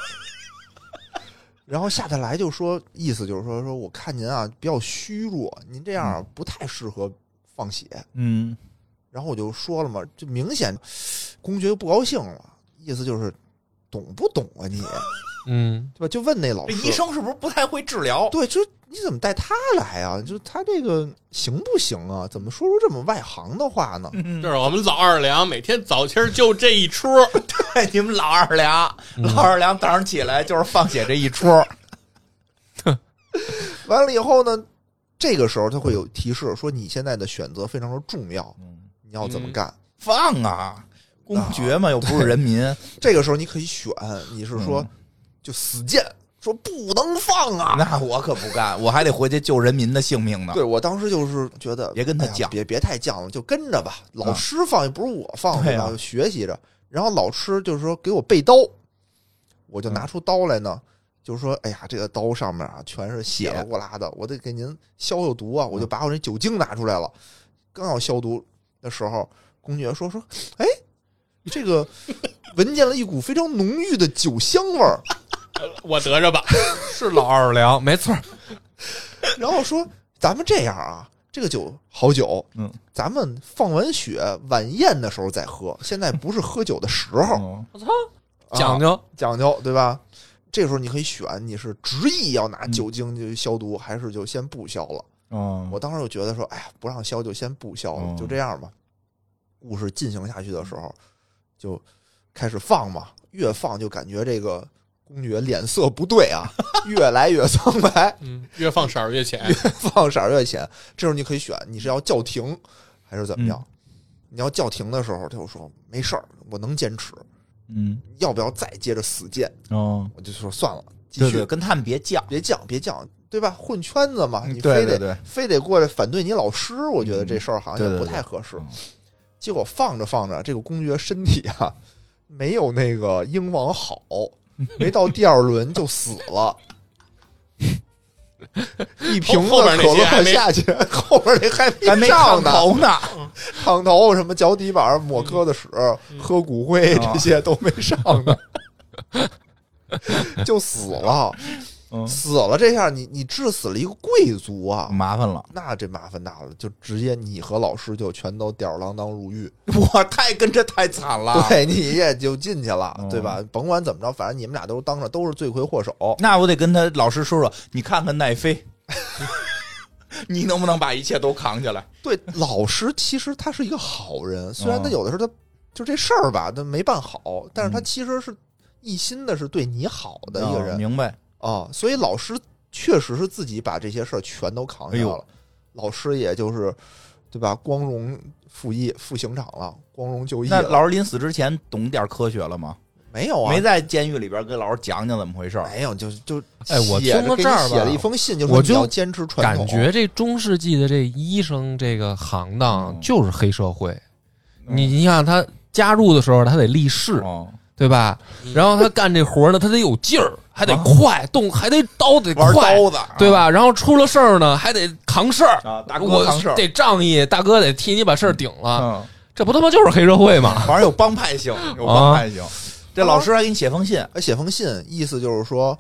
然后夏特莱就说，意思就是说我看您啊比较虚弱，您这样不太适合放血。然后我就说了嘛，就明显公爵不高兴了，意思就是懂不懂啊你？对吧？就问那老师， 这医生是不是不太会治疗？ 对，就你怎么带他来啊？就他这个行不行啊？怎么说出这么外行的话呢？ 就是我们老奥尔良每天早清就这一出。 对，你们老奥尔良，老奥尔良早上起来就是放血这一出。 完了以后呢，这个时候他会有提示说你现在的选择非常的重要，你要怎么干？ 放啊，公爵嘛，又不是人民。 这个时候你可以选，你是说就死谏。说不能放啊！ 那我可不干，我还得回去救人民的性命呢。 对，我当时就是觉得别跟他犟， 别太犟了，就跟着吧。老师放也不是我放，对吧？学习着。然后老师就是说给我备刀，我就拿出刀来呢，就是说哎呀，这个刀上面啊全是血了呼啦的，我得给您消毒啊！我就把我这酒精拿出来了，刚要消毒的时候，公爵说，哎，这个闻见了一股非常浓郁的酒香味儿。 我得着吧， 是老奥尔良，没错。 然后说咱们这样啊，这个酒好酒，咱们放完血晚宴的时候再喝，现在不是喝酒的时候。 我操，讲究讲究，对吧？这时候你可以选，你是执意要拿酒精就消毒，还是就先不消了。我当时就觉得说，哎呀，不让消就先不消了，就这样吧。故事进行下去的时候，就开始放嘛，越放就感觉这个。公爵脸色不对啊，越来越苍白， 越放色儿越浅， 越放色儿越浅。这时候你可以选，你是要叫停还是怎么样？你要叫停的时候，他就说没事儿，我能坚持。要不要再接着死谏？我就说算了，继续。 对，跟他们别犟， 对吧？混圈子嘛，你非得过来反对你老师，我觉得这事儿好像也不太合适。结果放着放着，这个公爵身体啊，没有那个英王好。没到第二轮就死了，一瓶子可乐下去，后边那还没上呢，烫头什么脚底板抹疙瘩屎，喝骨灰这些都没上呢，就死了。死了这下你致死了一个贵族啊， 麻烦了。 那这麻烦大了，就直接你和老师就全都吊儿郎当入狱。 我跟着太惨了， 对，你也就进去了，对吧？甭管怎么着，反正你们俩都当着都是罪魁祸首。 那我得跟他老师说，你看看奈飞，你能不能把一切都扛下来？ 对，老师其实他是一个好人，虽然他有的时候他就这事儿吧，他没办好，但是他其实是一心的是对你好的一个人， 明白。 所以老师确实是自己把这些事儿全都扛下了，老师也就是对吧，光荣赴刑场了，光荣就义了。 那老师临死之前懂点科学了吗？ 没有啊， 没在监狱里边跟老师讲讲怎么回事？ 没有，就我听到这儿吧， 写了一封信，就说你要坚持传统。 感觉这中世纪的这医生这个行当就是黑社会。你看他加入的时候，他得立誓。对吧？然后他干这活呢，他得有劲儿，还得快动，还得刀得快， 玩刀子， 对吧？然后出了事儿呢，还得扛事儿啊，大哥扛事儿， 得仗义，大哥得替你把事儿顶了。这不他妈就是黑社会吗？ 反正有帮派性，有帮派性。这老师还给你写封信， 意思就是说，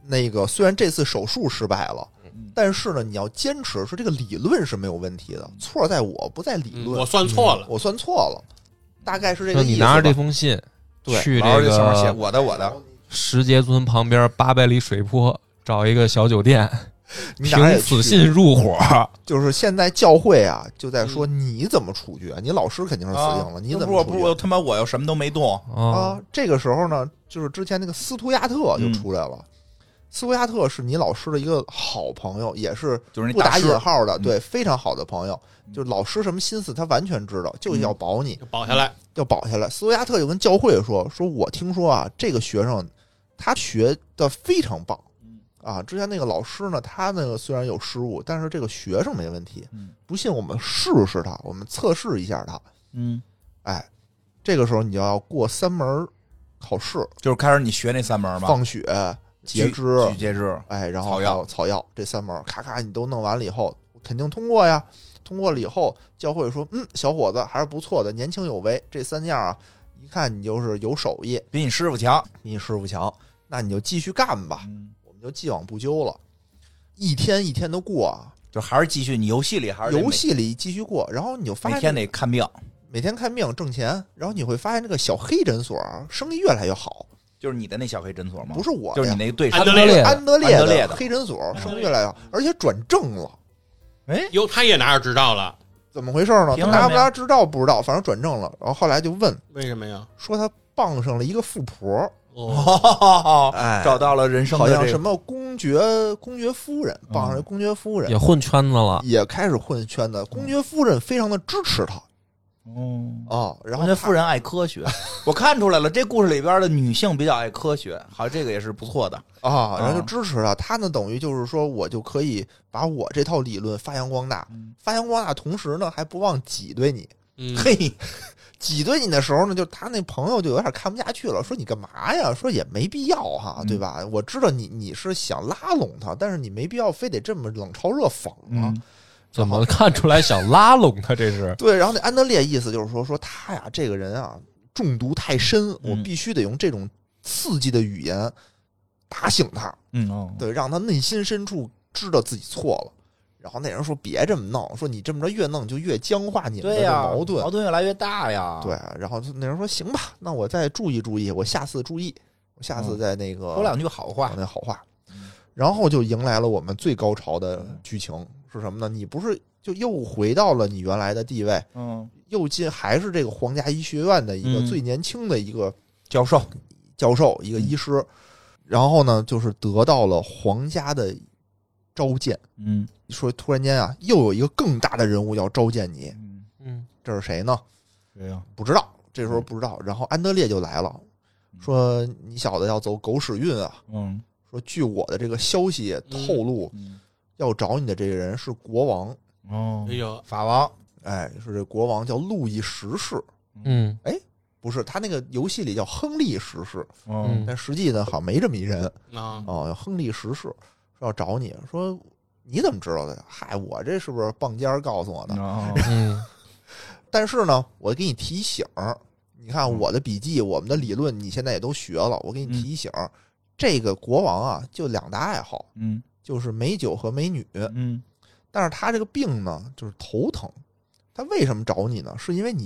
那个虽然这次手术失败了，但是呢，你要坚持说这个理论是没有问题的，错在我不在理论， 我算错了， 我算错了，大概是这个意思吧。 你拿着这封信去这上面写个我的石碣村旁边800里水坡找一个小酒店， 你哪也去凭此信入伙。 就是现在教会啊就在说你怎么处决，你老师肯定是死定了，你怎么处决？ 不他妈我又什么都没动啊！这个时候呢，就是之前那个斯图亚特就出来了。斯图亚特是你老师的一个好朋友，也是就是不打引号的，对，非常好的朋友。就是老师什么心思他完全知道，就是要保你， 保下来， 要保下来。斯图亚特就跟教会说我听说啊，这个学生他学的非常棒啊。之前那个老师呢，他那个虽然有失误，但是这个学生没问题。不信我们试试他，我们测试一下他。哎，这个时候你就要过3门考试， 就是开始你学那3门嘛， 放血、截肢、 举截肢， 哎，然后还有草药这3门，咔咔你都弄完了以后，肯定通过呀。通过了以后，教会说，小伙子还是不错的，年轻有为。这3样啊，一看你就是有手艺， 比你师傅强， 那你就继续干吧。我们就既往不咎了，一天一天的过啊， 就还是继续。你游戏里还是游戏里继续过，然后你就发现每天得看病， 每天看病挣钱，然后你会发现这个小黑诊所生意越来越好。 就是你的那小黑诊所吗？ 不是我， 就是你那个对手安德烈的黑诊所生意越来越好，而且转正了。 哎， 哟，他也拿着执照了， 怎么回事呢？他拿不拿执照不知道，反正转正了。然后后来就问为什么呀？ 说他傍上了一个富婆。 哎，找到了人生的好像什么公爵夫人，傍上了公爵夫人， 也混圈子了， 也开始混圈子。公爵夫人非常的支持他。然后公爵夫人爱科学，我看出来了，这故事里边的女性比较爱科学，好，这个也是不错的啊。然后就支持他，他呢等于就是说，我就可以把我这套理论发扬光大，发扬光大，同时呢还不忘挤兑你。 嘿， 挤兑你的时候呢，就他那朋友就有点看不下去了，说你干嘛呀？说也没必要哈，对吧？我知道你是想拉拢他，但是你没必要非得这么冷嘲热讽啊。 怎么看出来想拉拢他？这是对。然后那安德烈意思就是说他呀，这个人啊中毒太深，我必须得用这种刺激的语言打醒他。对，让他内心深处知道自己错了。然后那人说别这么弄，说你这么着越弄就越僵化你们的矛盾， 矛盾越来越大呀。 对，然后那人说行吧，那我再注意注意，我下次注意，我下次再那个说2句好话， 那好话。然后就迎来了我们最高潮的剧情是什么呢？你不是就又回到了你原来的地位，又还是这个皇家医学院的一个最年轻的一个教授，一个医师。然后呢，就是得到了皇家的召见。说突然间啊，又有一个更大的人物要召见你。这是谁呢？ 谁呀？ 不知道，这时候不知道。然后安德烈就来了，说你小子要走狗屎运啊。说据我的这个消息透露，要找你的这个人是国王。 哎呦， 法王。 哎，是这国王叫路易十世。哎，不是，他那个游戏里叫亨利十世。但实际呢，好像没这么一人啊。亨利十世说要找你，说你怎么知道的呀？嗨，我这是不是棒尖儿告诉我的？但是呢，我给你提醒，你看我的笔记，我们的理论，你现在也都学了，我给你提醒。这个国王啊，就2大爱好，就是美酒和美女，但是他这个病呢，就是头疼。他为什么找你呢？是因为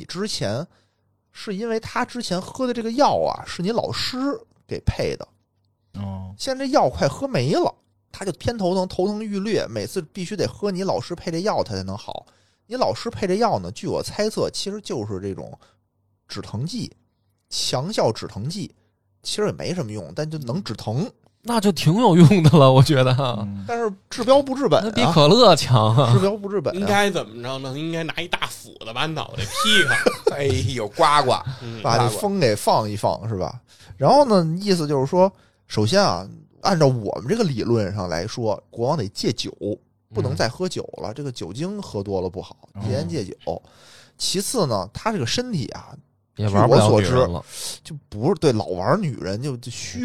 他之前喝的这个药啊，是你老师给配的。现在这药快喝没了，他就偏头疼，头疼欲裂，每次必须得喝你老师配这药，他才能好。你老师配这药呢，据我猜测，其实就是这种止疼剂，强效止疼剂。其实也没什么用，但就能止疼， 那就挺有用的了，我觉得。 但是治标不治本， 那比可乐强啊！ 治标不治本， 应该怎么着呢？应该拿一大斧子把脑袋劈开， 哎呦，呱呱， 把这风给放一放，是吧？然后呢，意思就是说，首先啊，按照我们这个理论上来说，国王得戒酒，不能再喝酒了，这个酒精喝多了不好，戒烟戒酒。其次呢，他这个身体啊。 也玩不了女人了， 就不是对老玩女人就虚弱，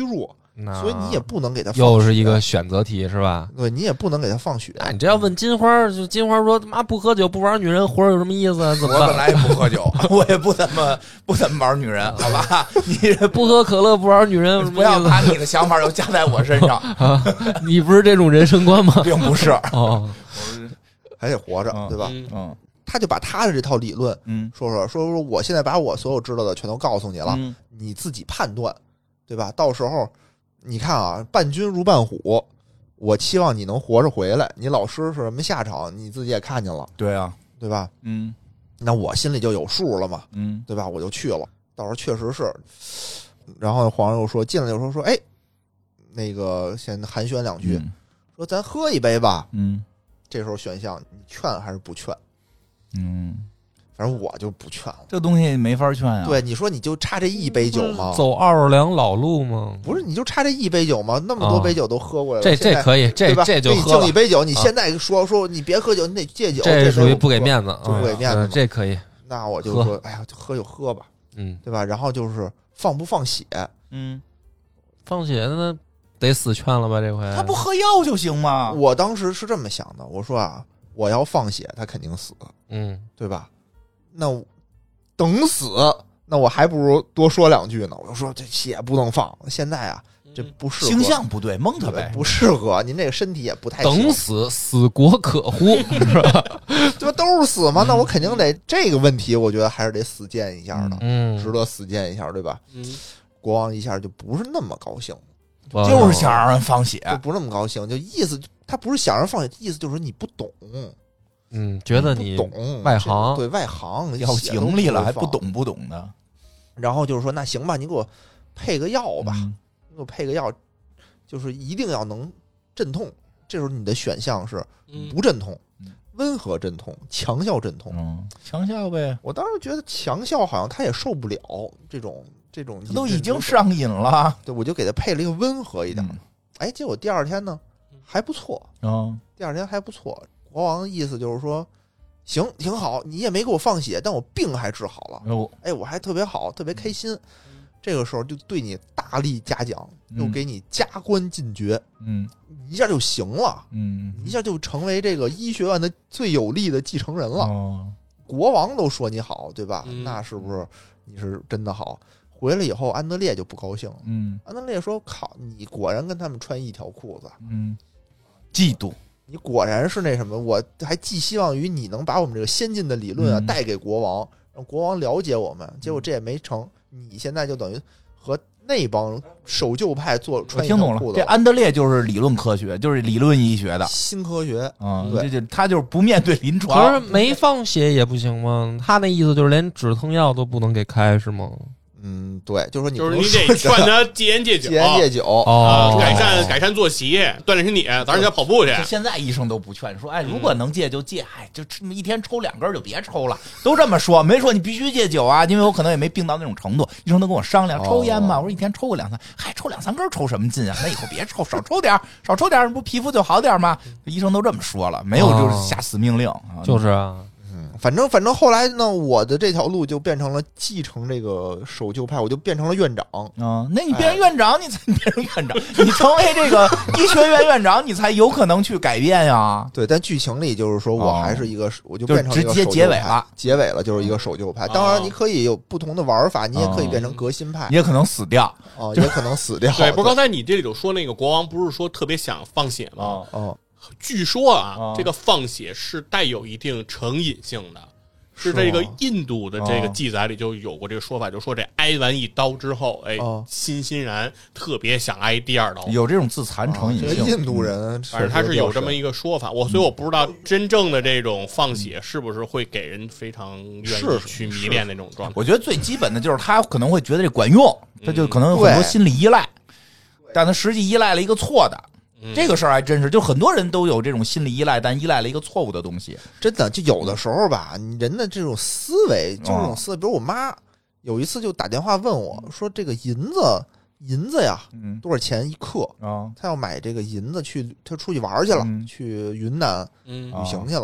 所以你也不能给他放血， 又是一个选择题是吧？ 对你也不能给他放血。 你这要问金花，就金花说妈不喝酒不玩女人，活着有什么意思啊？怎么办？ 我本来也不喝酒，我也不怎么玩女人，好吧？你不喝可乐不玩女人有什么意思？ 不要把你的想法又加在我身上啊！你不是这种人生观吗？ 并不是哦， 还得活着，对吧？ 嗯， 他就把他的这套理论，说，我现在把我所有知道的全都告诉你了，你自己判断，对吧？到时候你看啊，伴君如伴虎，我期望你能活着回来。你老师是什么下场，你自己也看见了， 对啊， 对吧？那我心里就有数了嘛，对吧？我就去了，到时候确实是。然后皇上又说进来就说，哎，那个先寒暄两句，说咱喝一杯吧。这时候选项你劝还是不劝？反正我就不劝了， 这东西没法劝啊。 对，你说你就差这一杯酒吗？ 走奥尔良老路吗？ 不是，你就差这一杯酒吗？那么多杯酒都喝过来了， 这可以，这就喝了。 给你敬一杯酒，你现在说你别喝酒，你得戒酒， 这属于不给面子， 不给面子， 这可以。 那我就说，哎呀，喝就喝吧，对吧？然后就是放不放血， 放血那得死劝了吧？这回他不喝药就行吗？ 我当时是这么想的，我说啊，我要放血，他肯定死，对吧？那等死，那我还不如多说两句呢。我就说这血不能放，现在啊，这不适合， 形象不对，蒙他呗， 不适合。您这个身体也不太行等死，死国可乎，是吧？ 这不都是死吗？那我肯定得这个问题，我觉得还是得死谏一下的，值得死谏一下，对吧？国王一下就不是那么高兴， 就是想让人放血， 就不是那么高兴，就意思他不是想让人放血，意思就是说你不懂。 觉得你懂外行， 对外行要经历了还不懂的。 然后就是说，那行吧，你给我配个药吧，你给我配个药，就是一定要能镇痛。这时候你的选项是不镇痛、温和镇痛、强效镇痛。 强效呗。 我当时觉得强效好像他也受不了这种， 他都已经上瘾了。 对，我就给他配了一个温和一点的。哎，结果第二天呢还不错，第二天还不错。国王的意思就是说，行，挺好，你也没给我放血，但我病还治好了。哎，我还特别好，特别开心。这个时候就对你大力嘉奖，又给你加官进爵，一下就行了，一下就成为这个医学院的最有力的继承人了。国王都说你好，对吧？那是不是你是真的好？回来以后，安德烈就不高兴了。安德烈说：“靠，你果然跟他们穿一条裤子。” 嫉妒。 你果然是那什么，我还寄希望于你能把我们这个先进的理论啊带给国王，让国王了解我们。结果这也没成，你现在就等于和那帮守旧派做穿一条裤子。我听懂了， 这安德烈就是理论科学，就是理论医学的新科学。 对，他就是不面对临床。 可是没放血也不行吗？他那意思就是连止疼药都不能给开是吗？ 对，就是说你得劝他戒烟戒酒，改善作息，锻炼身体，早上起来跑步去。 现在医生都不劝，说如果能戒就戒，就一天抽2根就别抽了，都这么说，没说你必须戒酒啊，因为我可能也没病到那种程度。医生都跟我商量，抽烟嘛，我说一天抽个2-3，抽2-3根抽什么劲啊？那以后别抽，少抽点，不皮肤就好点吗？医生都这么说了，没有就是下死命令， 就是啊。 反正后来呢，我的这条路就变成了继承这个守旧派，我就变成了院长。 那你变成院长，你才变成院长，你成为这个医学院院长，你才有可能去改变呀。 对，但剧情里就是说我还是一个，我就变成一个直接结尾了，就是一个守旧派。当然，你可以有不同的玩法，你也可以变成革新派， 也可能死掉也可能死掉。 对，不是刚才你这里头说那个国王不是说特别想放血吗？据说这个放血是带有一定成瘾性的。是这个印度的这个记载里就有过这个说法，就说这挨完一刀之后，欣然特别想挨第2刀， 有这种自残成瘾性。 印度人， 反正他是有这么一个说法，所以我不知道真正的这种放血是不是会给人非常愿意去迷恋那种状态。 我觉得最基本的就是他可能会觉得这管用，他就可能有很多心理依赖，但他实际依赖了一个错的。这个事儿还真是，就很多人都有这种心理依赖，但依赖了一个错误的东西。 真的，就有的时候吧，人的这种思维，就这种思维，比如我妈有一次就打电话问我说：“这个银子呀，多少钱1克？她要买这个银子去，她出去玩去了，去云南旅行去了。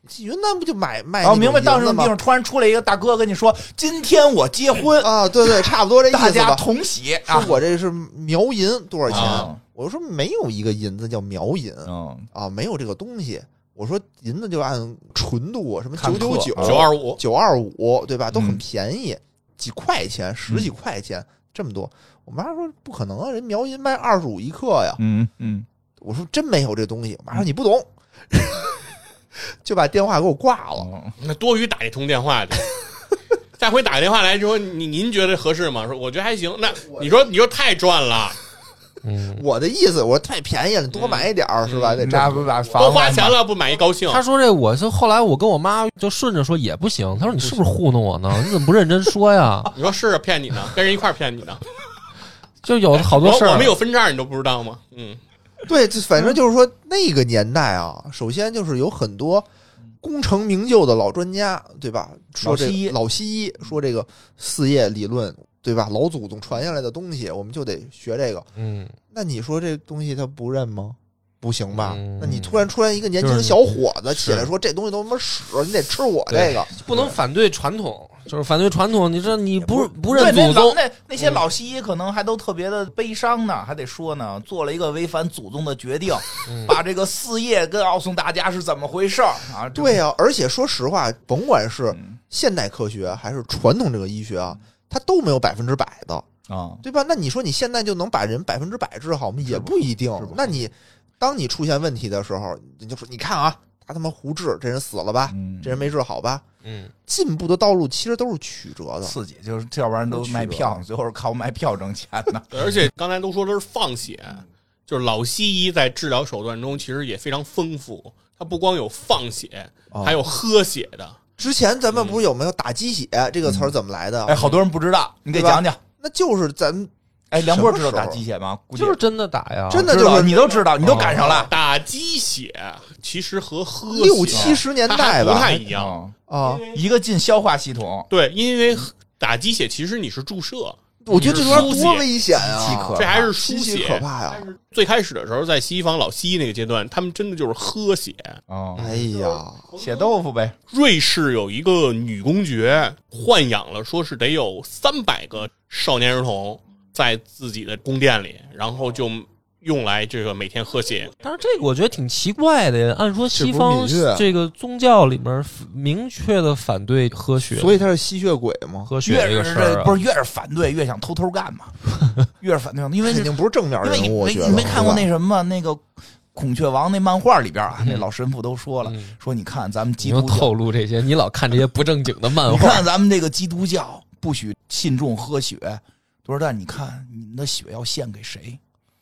云南不就卖哦，明白，到那种那种地方突然出来一个大哥跟你说：“今天我结婚啊！”对，差不多这意思吧。 大家同喜啊！ 说我这是苗银多少钱？ 啊我说没有一个银子叫苗银没有这个东西。我说银子就按纯度，什么999、 925、 925，对吧？都很便宜，几块钱，10几块钱，这么多。我妈说不可能啊，人苗银卖25一克呀。我说真没有这东西。我妈说你不懂。就把电话给我挂了， 那多余打一通电话去。下回打个电话来说，您觉得合适吗？说我觉得还行。那你说太赚了。 我的意思，我说太便宜了，多买一点是吧？ 那不把多花钱了不买一高兴。 他说这我就后来我跟我妈就顺着说也不行。他说你是不是糊弄我呢？你怎么不认真说呀？ 你说是骗你呢，跟人一块骗你呢。 就有好多事儿， 我们有分账你都不知道吗？ 对，反正就是说那个年代啊，首先就是有很多功成名就的老专家，对吧？说这老西医说这个4叶理论，对吧？老祖宗传下来的东西，我们就得学这个。那你说这东西他不认吗？不行吧？那你突然出来一个年轻的小伙子起来说这东西都他妈屎，你得吃我这个， 不能反对传统，就是反对传统。你说你不认祖宗， 那些老西医可能还都特别的悲伤呢，还得说呢，做了一个违反祖宗的决定，把这个4叶告诉大家是怎么回事啊？ 对啊，而且说实话，甭管是现代科学还是传统这个医学啊，它都没有100%的啊，对吧？那你说你现在就能把人100%治好吗？也不一定。那你当你出现问题的时候，你就说你看啊，他妈胡治，这人死了吧？这人没治好吧？进步的道路其实都是曲折的， 刺激就是要不然都卖票，最后是靠卖票挣钱的。 而且刚才都说的是放血，就是老西医在治疗手段中其实也非常丰富，它不光有放血，还有喝血的。 之前咱们不是有没有打鸡血这个词儿怎么来的？ 哎，好多人不知道，你给讲讲。 那就是咱们。 梁波知道打鸡血吗？ 就是真的打呀， 真的就是你都知道，你都赶上了。 打鸡血其实和喝血 60、70年代吧不太一样啊， 一个进消化系统。 对，因为打鸡血其实你是注射， 我觉得这玩意多危险啊！ 这还是输血可怕呀！ 最开始的时候，在西方老西医那个阶段，他们真的就是喝血哎呀， 血豆腐呗。 瑞士有一个女公爵豢养了，说是得有300个少年儿童。在自己的宫殿里，然后就用来这个每天喝血。 但是这个我觉得挺奇怪的，按说西方这个宗教里面明确的反对喝血， 所以他是吸血鬼吗？ 喝血这个事儿不是越是反对越想偷偷干嘛？越是反对，因为肯定不是正面人物。我觉得你没看过那什么那个孔雀王那漫画里边啊，那老神父都说了，说你看咱们基督教透露这些，你老看这些不正经的漫画， 你看咱们这个基督教不许信众喝血。多少蛋？你看你们的血要献给谁？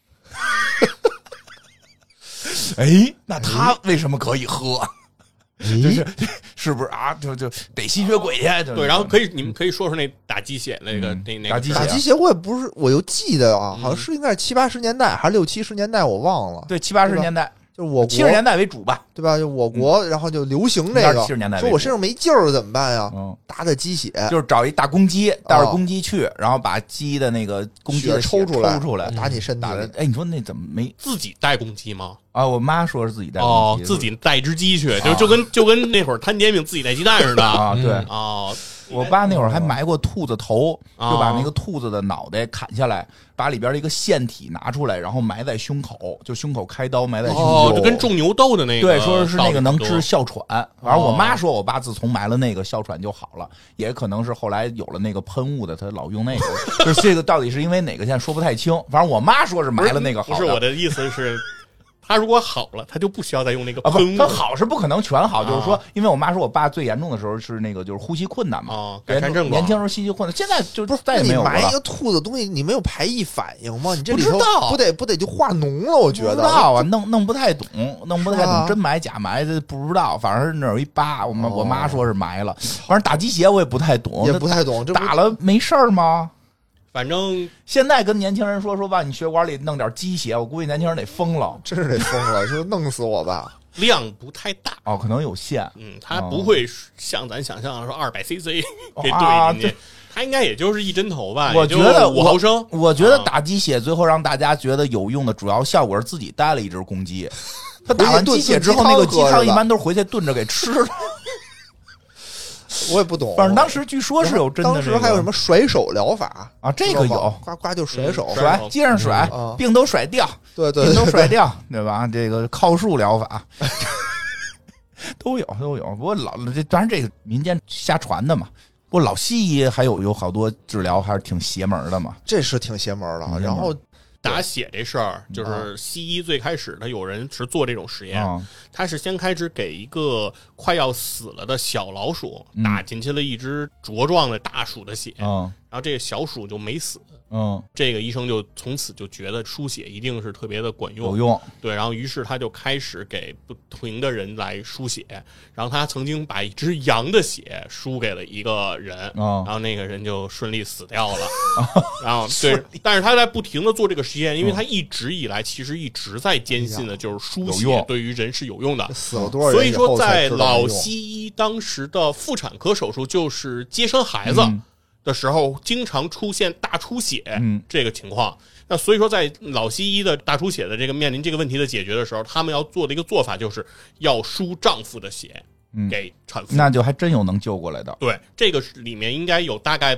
哎，那他为什么可以喝？是不是啊？就得吸血鬼去。 对，然后你们可以说说那打鸡血那个那打鸡血，我也不是，我又记得啊，好像是应该是70、80年代还是60、70年代，我忘了。 对，70、80年代。 就是我国 70年代为主吧， 对吧？就我国，然后就流行这个。 70年代， 说我身上没劲儿怎么办呀？打打鸡血， 就是找一大公鸡，带着公鸡去，然后把鸡的那个公鸡的抽出来， 打你身体里。 哎，你说那怎么没自己带公鸡吗？ 啊，我妈说是自己带公鸡， 自己带一只鸡去，就跟那会儿摊煎饼自己带鸡蛋似的啊。对啊。 我爸那会儿还埋过兔子头，就把那个兔子的脑袋砍下来，把里边的一个腺体拿出来，然后埋在胸口，就胸口开刀埋在胸口， 就跟种牛痘的那个。 对，说是那个能治哮喘。反正我妈说我爸自从埋了那个哮喘就好了，也可能是后来有了那个喷雾的，他老用那个。就是这个到底是因为哪个现在说不太清，反正我妈说是埋了那个好的。 不是我的意思是。他如果好了，他就不需要再用那个喷雾。 他好是不可能全好，就是说，因为我妈说我爸最严重的时候是那个就是呼吸困难嘛， 改善症状。 年轻时候吸吸困难，现在就再也没有了。 你埋一个兔子东西，你没有排异反应吗？你这里头不知道不得就化脓了？我觉得不知道啊，弄不太懂，真埋假埋的不知道，反正那有一疤，我妈说是埋了。反正打鸡血我也不太懂， 这打了没事儿吗？ 反正现在跟年轻人说吧，你血管里弄点鸡血，我估计年轻人得疯了， 真是得疯了，就弄死我吧。 量不太大哦，可能有限。 它不会像咱想象的说200cc 给啊兑进去，它应该也就是1针头吧。 我觉得 5毫升。 我觉得打鸡血最后让大家觉得有用的主要效果是自己带了一只公鸡。他打完鸡血之后，那个鸡汤一般都是回去炖着给吃了。 我也不懂， 反正当时据说是有真的、 当时还有什么甩手疗法啊？这个有， 呱呱就甩手， 甩接上甩，病都甩掉， 对， 病都甩掉，对吧？这个靠树疗法都有。不过当然这个民间瞎传的嘛。不过老西医还有好多治疗还是挺邪门的嘛， 这是挺邪门的。然后打血这事儿，就是西医最开始他有人是做这种实验，他是先开始给一个快要死了的小老鼠打进去了一只茁壮的大鼠的血，然后这个小鼠就没死。这个医生就从此就觉得输血一定是特别的管用， 有用。 对，然后于是他就开始给不同的人来输血，然后他曾经把一只羊的血输给了一个人，然后那个人就顺利死掉了。然后对，但是他在不停的做这个实验，因为他一直以来其实一直在坚信的就是输血对于人是有用的。 死了多少人？ 所以说，在老西医当时的妇产科手术就是接生孩子的时候经常出现大出血这个情况，那所以说在老西医的大出血的这个面临这个问题的解决的时候，他们要做的一个做法就是要输丈夫的血给产妇， 那就还真有能救过来的。 对，这个里面应该有大概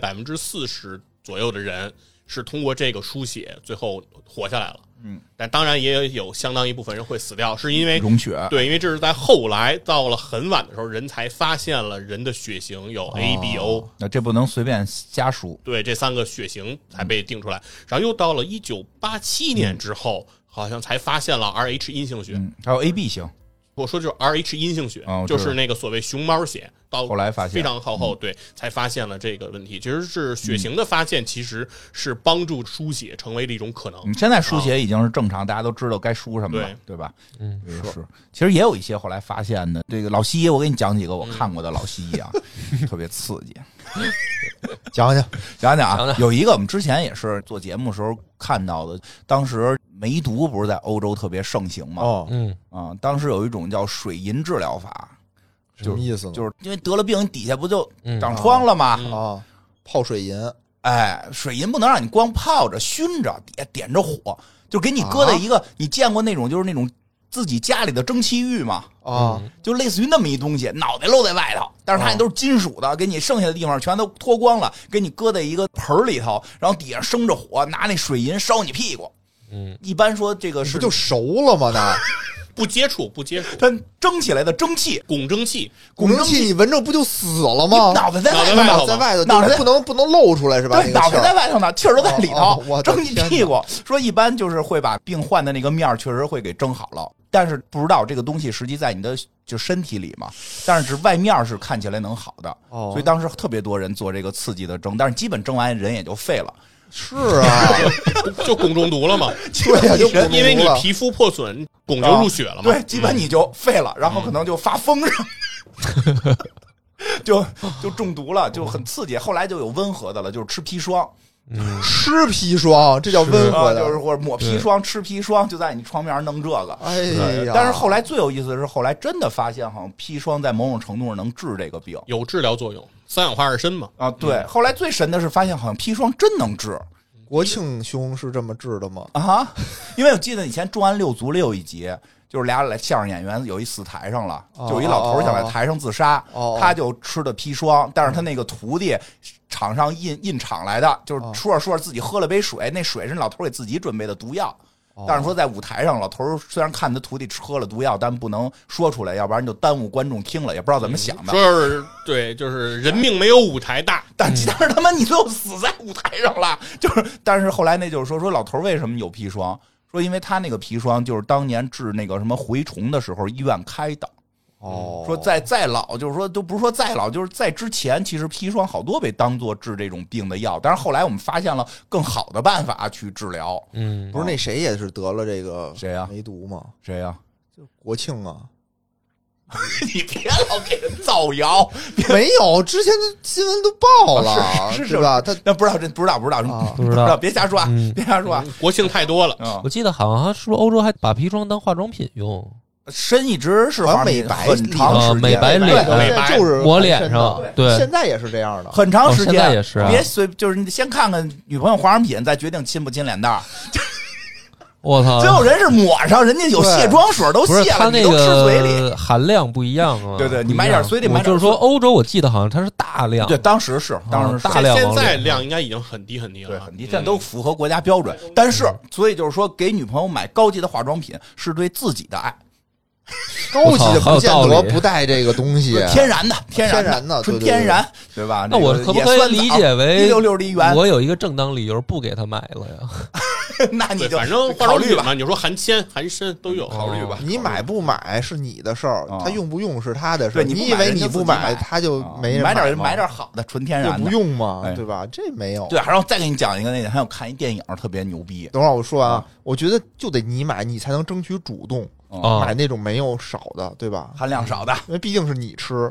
40%左右的人是通过这个输血最后活下来了。但当然也有相当一部分人会死掉，是因为溶血。 对，因为这是在后来到了很晚的时候，人才发现了人的血型有 A、B、O， 那这不能随便瞎输。 对，这3个血型才被定出来。然后又到了1987年之后，好像才发现了 RH 阴性血， 还有 AB 型。 我说就是 RH 阴性血，就是那个所谓熊猫血，到后来发现非常靠后，对，才发现了这个问题。其实是血型的发现，其实是帮助输血成为了一种可能。 现在输血已经是正常，大家都知道该输什么了，对吧？是。其实也有一些后来发现的，这个老西医，我给你讲几个我看过的老西医啊，特别刺激。讲啊，有一个我们之前也是做节目的时候看到的，当时梅毒不是在欧洲特别盛行吗？当时有一种叫水银治疗法， 什么意思呢？ 就是因为得了病，你底下不就长疮了吗？ 泡水银， 水银不能让你光泡着熏着，底下点着火，就给你搁在一个，你见过那种就是那种自己家里的蒸汽浴嘛，就类似于那么一东西，脑袋露在外头，但是它都是金属的，给你剩下的地方全都脱光了，给你搁在一个盆里头，然后底下生着火，拿那水银烧你屁股。一般说这个是不就熟了吗？那不接触， 它蒸起来的蒸汽， 汞蒸汽， 你闻着不就死了吗？ 脑袋在外头， 脑袋不能露出来是吧？ 对，脑袋在外头呢，气儿都在里头，蒸你屁股。说一般就是会把病患的那个面确实会给蒸好了，但是不知道这个东西实际在你的就身体里嘛，但是只外面是看起来能好的，所以当时特别多人做这个刺激的蒸，但是基本蒸完人也就废了。 是啊， 就汞中毒了嘛？ 对呀，就因为你皮肤破损，汞就入血了嘛。 对，基本你就废了，然后可能就发疯上，就中毒了，就很刺激。后来就有温和的了，就是吃砒霜。 吃砒霜，这叫温和的， 就是或者抹砒霜、吃砒霜，就在你床边弄这个。 哎呀！ 但是后来最有意思的是，后来真的发现，好像砒霜在某种程度上能治这个病， 有治疗作用，三氧化二砷嘛。 对。后来最神的是发现，好像砒霜真能治。 国庆兄是这么治的吗？ 因为我记得以前《重案六组》里有一集，就是俩相声演员有一死台上了，就有一老头想在台上自杀，他就吃的砒霜，但是他那个徒弟。厂上印厂来的，就是说着自己喝了杯水，那水是老头给自己准备的毒药。但是说在舞台上，老头虽然看他徒弟喝了毒药，但不能说出来，要不然就耽误观众听了，也不知道怎么想的。 说是对，就是人命没有舞台大， 但是他妈你最后死在舞台上了。就是，但是后来那就是说老头为什么有砒霜？说因为他那个砒霜就是当年治那个什么蛔虫的时候医院开的。说再老，就是说都不是说再老，就是在之前，其实砒霜好多被当做治这种病的药，但是后来我们发现了更好的办法去治疗。 不是那谁也是得了这个谁呀？ 梅毒吗？ 谁呀？ 就国庆啊！ 你别老给人造谣， 没有，之前的新闻都报了， 是吧？他那不知道，别瞎说，别瞎说。 国庆太多了， 我记得好像是不是欧洲还把砒霜当化妆品用。 深一直是好像美白很长时间， 美白脸现在就是抹脸上，对， 现在也是这样的， 很长时间， 现在也是啊， 别随就是你先看看女朋友化妆品，再决定亲不亲脸蛋儿。 我操！ 最后人是抹上，人家有卸妆水都卸了，你都吃嘴里， 含量不一样啊。 对对，你买点，所以得买点。 就是说，欧洲我记得好像它是大量， 对，当时是大量， 现在量应该已经很低很低了， 对，很低，现在都符合国家标准。但是，所以就是说，给女朋友买高级的化妆品是对自己的爱。 高级的不见得不带这个东西， 天然的，纯天然，对吧？ 那我可不可以理解为 166的1元？ 我有一个正当理由不给他买了呀？ 那你就反正化妆品嘛，你说含铅含砷都有， 考虑吧。 你买不买是你的事儿，他用不用是他的事儿。 你以为你不买他就没人买点好的纯天然的， 不用嘛，对吧？这没有。 对，然后再给你讲一个，那天还有看一电影特别牛逼。 等会儿我说完啊，我觉得就得你买，你才能争取主动。买那种没有少的，对吧？ 含量少的， 因为毕竟是你吃。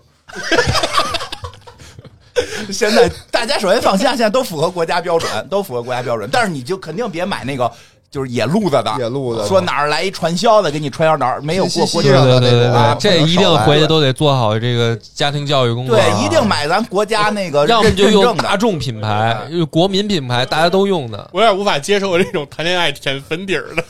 现在大家首先放心啊，现在都符合国家标准，但是你就肯定别买那个就是野路子的，说哪儿来一传销的，给你传销哪儿没有过国家的那种啊，这一定回去都得做好这个家庭教育工作。 对，一定买咱国家那个， 要么就用大众品牌，国民品牌，大家都用的。 我有点无法接受这种谈恋爱舔粉底儿的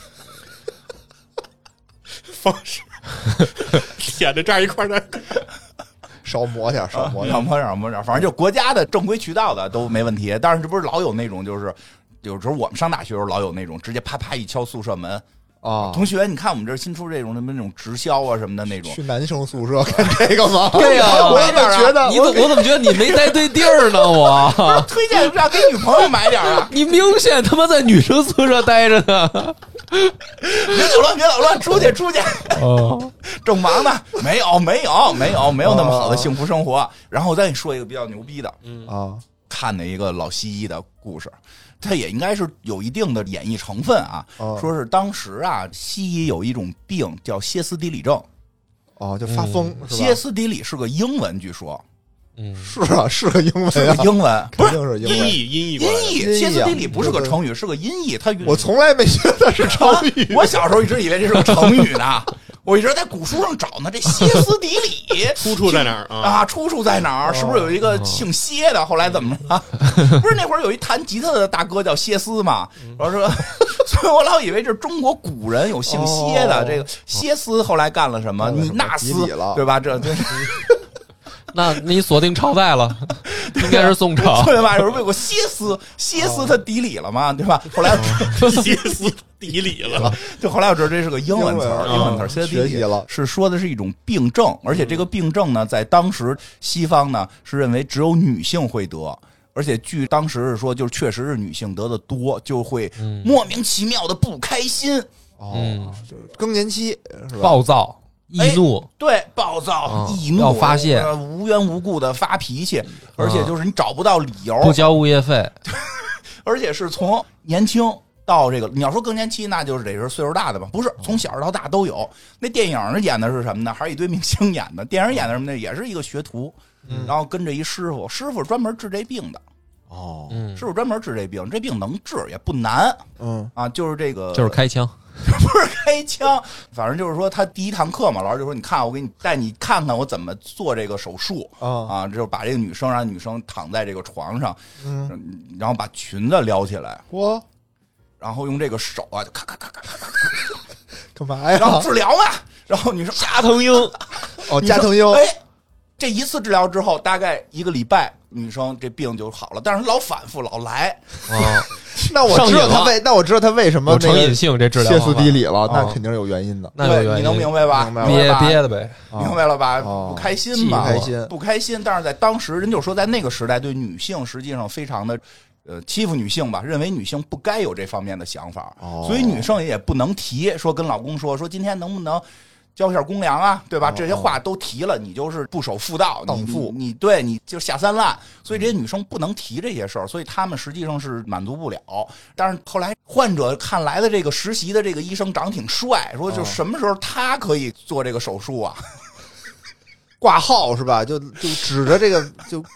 方式，舔的这儿一块的。 少抹点， 反正就国家的正规渠道的都没问题。但是这不是老有那种，就是有时候我们上大学的时候老有那种直接啪啪一敲宿舍门啊，同学，你看我们这新出这种什么那种直销啊什么的那种， 去男生宿舍看这个吗？ 对呀， 我怎么觉得我怎么觉得你没待对地儿呢？我推荐让给女朋友买点啊， 你明显他妈在女生宿舍待着呢。 别捣乱，出去！哦，正忙呢，没有那么好的幸福生活。然后我再给你说一个比较牛逼的，看的一个老西医的故事，它也应该是有一定的演绎成分啊。说是当时啊，西医有一种病叫歇斯底里症， 就发疯。 歇斯底里是个英文，据说。 是啊，是个英文啊， 英文肯定是音译， 歇斯底里不是个成语，是个音译。 我从来没觉得是成语， 我小时候一直以为这是个成语呢。我一直在古书上找呢，这歇斯底里出处在哪儿啊？出处在哪儿？是不是有一个姓歇的？后来怎么了？不是那会儿有一弹吉他的大哥叫歇斯嘛？然后说，所以我老以为这中国古人有姓歇的。这个歇斯后来干了什么？你纳斯对吧？这。 那你锁定朝代了，应该是宋朝， 对吧？有人问过歇斯他底里了吗？对吧？后来歇斯底里了， 就后来我知道这是个英文词儿，歇斯底里是说的是一种病症，而且这个病症呢，在当时西方呢是认为只有女性会得，而且据当时是说，就确实是女性得的多，就会莫名其妙的不开心， 就是更年期是吧？ 暴躁。易怒， 对，暴躁、易怒， 要发泄， 无缘无故的发脾气，而且就是你找不到理由， 不交物业费， 而且是从年轻到这个，你要说更年期，那就是得是岁数大的吧？不是，从小到大都有。那电影演的是什么呢？还是一堆明星演的。电影演的什么呢？也是一个学徒，然后跟着一师傅，师傅专门治这病的。师傅专门治这病，这病能治也不难。就是这个， 就是开枪。 不是开枪，反正就是说他第一堂课嘛，老师就说你看我给你带你看看我怎么做这个手术就把这个女生让女生躺在这个床上，然后把裙子撩起来，然后用这个手啊就咔咔咔咔咔咔干嘛呀？ 然后治疗嘛，然后女生加藤鹰加藤鹰， 这一次治疗之后大概1个礼拜，女生这病就好了，但是老反复老来那我知道他为什么成瘾性这治疗歇斯底里了，那肯定是有原因的。 对，你能明白吧？ 憋的呗， 明白了吧？不开心嘛，不开心。但是在当时，人就说在那个时代，对女性实际上非常的欺负女性吧，认为女性不该有这方面的想法，所以女生也不能提说跟老公说今天能不能交一下公粮啊，对吧？这些话都提了，你就是不守妇道，你对你就下三滥，所以这些女生不能提这些事儿，所以她们实际上是满足不了。但是后来患者看来的这个实习的这个医生长挺帅，说就什么时候他可以做这个手术啊？ 挂号是吧？就指着这个就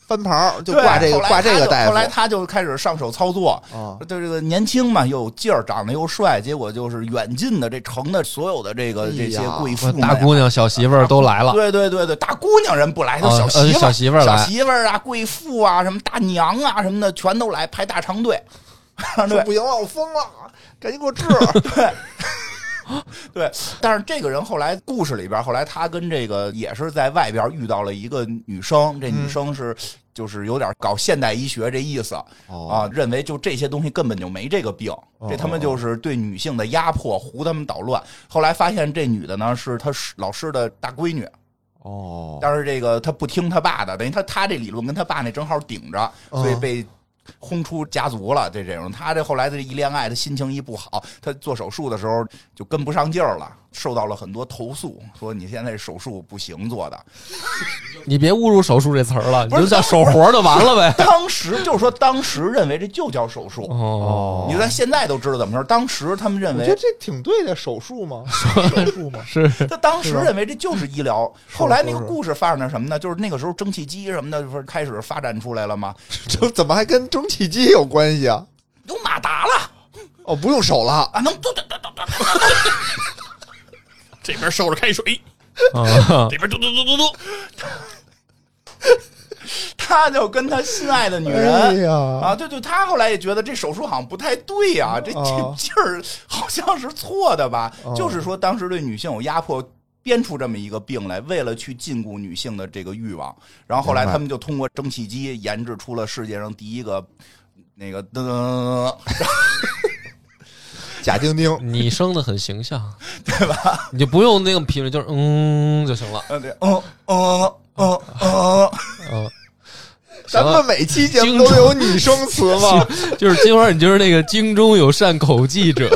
翻牌就挂这个大夫。 后来他就开始上手操作啊，对这个年轻嘛，又有劲儿，长得又帅，结果就是远近的这城的所有的这些贵妇、 大姑娘、小媳妇儿都来了。 对，大姑娘人不来，都小媳妇儿啊、贵妇啊、什么大娘啊什么的，全都来排大长队。 说不行了，我疯了，赶紧给我治。 对，但是这个人后来故事里边，后来他跟这个也是在外边遇到了一个女生，这女生是就是有点搞现代医学这意思啊，认为就这些东西根本就没这个病，这他们就是对女性的压迫，胡他们捣乱。后来发现这女的呢是他老师的大闺女。但是这个他不听他爸的，等于他这理论跟他爸那正好顶着，所以被轰出家族了。这种他这后来的一恋爱，他心情一不好，他做手术的时候就跟不上劲儿了，受到了很多投诉，说你现在手术不行做的。 你别误入手术这词儿了，你就叫手活就完了呗。 当时认为这就叫手术。你就咱现在都知道怎么回事，当时他们认为， 我觉得这挺对的，手术嘛，手术嘛， 是他当时认为这就是医疗。后来那个故事发生了什么呢？就是那个时候蒸汽机什么的不是开始发展出来了吗？ 这怎么还跟蒸汽机有关系啊？ 有马达了， 不用手了啊，能嘟。 这边烧着开水，这边嘟。 他就跟他心爱的女人，对，他后来也觉得这手术好像不太对呀，这劲儿好像是错的吧？就是说当时对女性有压迫，编出这么一个病来，为了去禁锢女性的这个欲望。然后后来他们就通过蒸汽机研制出了世界上第一个那个贾丁丁， 你生的很形象， 对吧？ 你就不用那个频率，就是就行了。 对， 咱们每期节目都有拟声词吗？ 就是今晚你就是那个京中有善口技者，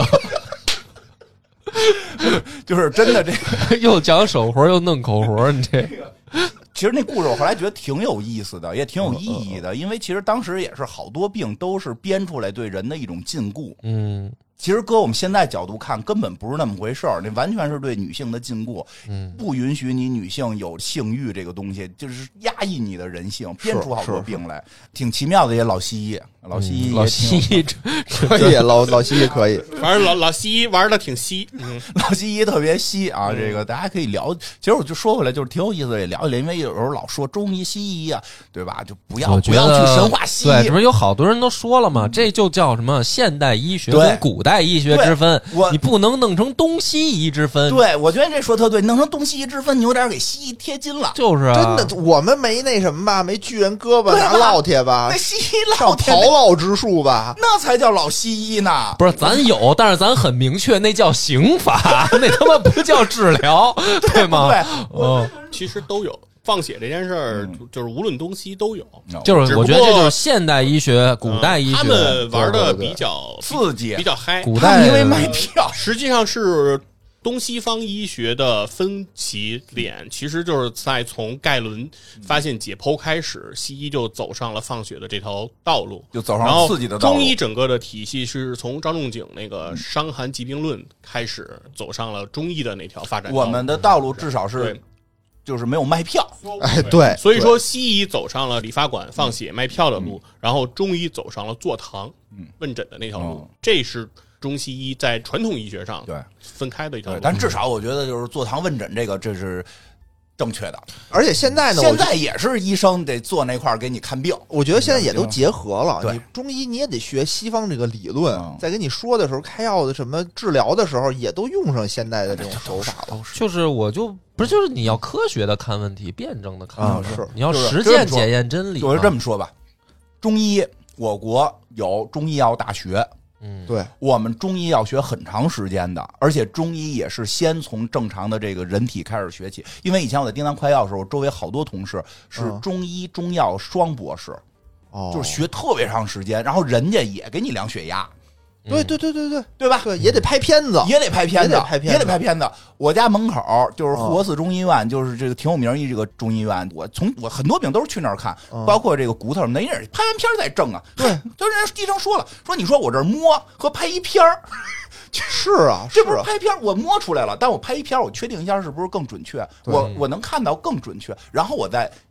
就是真的这个又讲手活又弄口活，你这个。 其实那故事我后来觉得挺有意思的，也挺有意义的，因为其实当时也是好多病都是编出来对人的一种禁锢。其实搁我们现在角度看，根本不是那么回事儿，那完全是对女性的禁锢，不允许你女性有性欲这个东西，就是压抑你的人性，编出好多病来，挺奇妙的。也老西医，老西医可以，老西医可以， 反正老西医玩的挺稀， 老西医特别稀啊。这个大家可以聊，其实我就说回来，就是挺有意思的，也聊一聊，因为有时候老说中医西医啊，对吧？就不要去神话西医。 对，这不是有好多人都说了吗？这就叫什么现代医学跟古代医学之分，你不能弄成东西医之分。 对，我觉得这说特对，弄成东西医之分，你有点给西医贴金了。 就是啊， 真的，我们没那什么吧，没锯人胳膊拿烙铁吧， 那西医烙铁上刨烙之术吧， 那才叫老西医呢。 不是，咱有，但是咱很明确，那叫刑法，那他妈不叫治疗，对吗？ 对， 其实都有。放血这件事儿，就是无论东西都有， 就是我觉得这就是现代医学、古代医学， 他们玩的比较刺激， 比较嗨。 古代因为卖票， 实际上是东西方医学的分歧点，其实就是在从盖伦发现解剖开始，西医就走上了放血的这条道路， 就走上刺激的道路。 中医整个的体系是从张仲景那个《伤寒疾病论》开始走上了中医的那条发展道路。 我们的道路至少是。就是没有卖票， 对， 所以说西医走上了理发馆放血卖票的路，然后中医走上了坐堂问诊的那条路，这是中西医在传统医学上对分开的一条路。 但至少我觉得就是坐堂问诊这是正确的， 而且现在呢， 现在也是医生得坐那块儿给你看病。 我觉得现在也都结合了， 对， 你中医你也得学西方这个理论，在跟你说的时候，开药的什么治疗的时候，也都用上现代的这种手法了。 就是我就不是，就是你要科学的看问题，辩证的看问题， 是你要实践检验真理。 我就这么说吧，中医我国有中医药大学。 对， 我们中医要学很长时间的，而且中医也是先从正常的这个人体开始学起。因为以前我在叮当快药的时候，周围好多同事是中医中药双博士，就是学特别长时间，然后人家也给你量血压。 对吧？对，也得拍片子， 也得拍片子。我家门口就是护国寺中医院，就是这个挺有名一这个中医院。我很多病都是去那儿看，包括这个骨头什么的，因为拍完片再正啊。 对， 就是人家医生说了，说你说我这摸和拍一片儿。 是啊， 这不是拍片我摸出来了，但我拍一片我确定一下是不是更准确，我能看到更准确，然后我再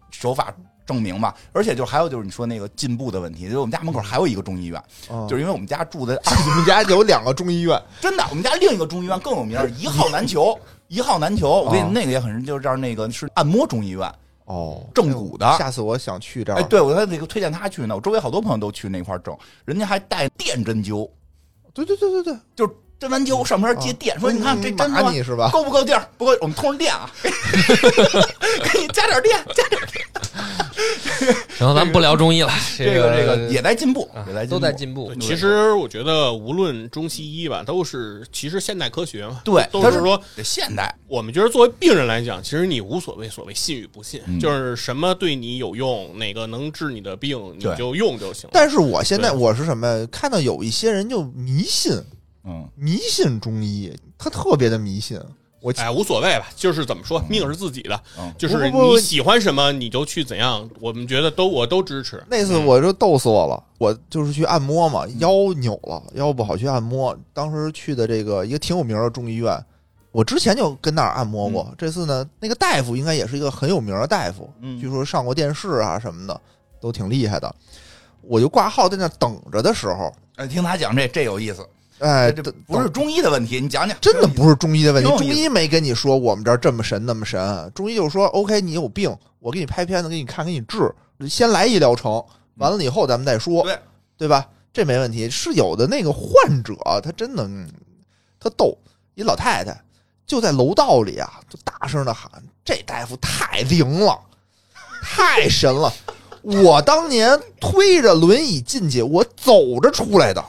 手法证明嘛。而且就还有就是你说那个进步的问题，就是我们家门口还有一个中医院，就是因为我们家住的你们家有2个中医院， 真的，我们家另一个中医院更有名，一号难求，一号难求。我跟你那个也很，就是这儿那个是按摩中医院。正骨的， 下次我想去这儿。 哎，对，我还那个推荐他去呢。我周围好多朋友都去那块儿整，人家还带电针灸。 对， 就是针完灸上边接电，说你看这针你是吧？ 够不够地儿？不够，我们通着电啊，给你加点电，加点电。 然后咱们不聊中医了， 这个也在进步， 都在进步。 其实我觉得无论中西医吧，都是其实现代科学嘛， 对， 都是说现代。 我们觉得作为病人来讲，其实你无所谓所谓信与不信，就是什么对你有用，哪个能治你的病，你就用就行了。 但是我现在我是什么？看到有一些人就迷信，迷信中医，他特别的迷信。 无所谓吧，就是怎么说，命是自己的，就是你喜欢什么你就去怎样，我们觉得我都支持。 那次我就逗死我了，我就是去按摩嘛，腰扭了，腰不好去按摩。当时去的这个一个挺有名的中医院，我之前就跟那儿按摩过。这次呢，那个大夫应该也是一个很有名的大夫，据说上过电视啊什么的，都挺厉害的。我就挂号在那等着的时候， 听他讲这有意思。 哎， 这不是中医的问题，你讲讲。 真的不是中医的问题，中医没跟你说我们这儿这么神那么神，中医就说 OK， 你有病，我给你拍片子，给你看，给你治，先来一疗程，完了以后咱们再说，对吧？这没问题。是有的那个患者，他真的他逗，一老太太就在楼道里啊，就大声的喊：“这大夫太灵了，太神了！我当年推着轮椅进去，我走着出来的。”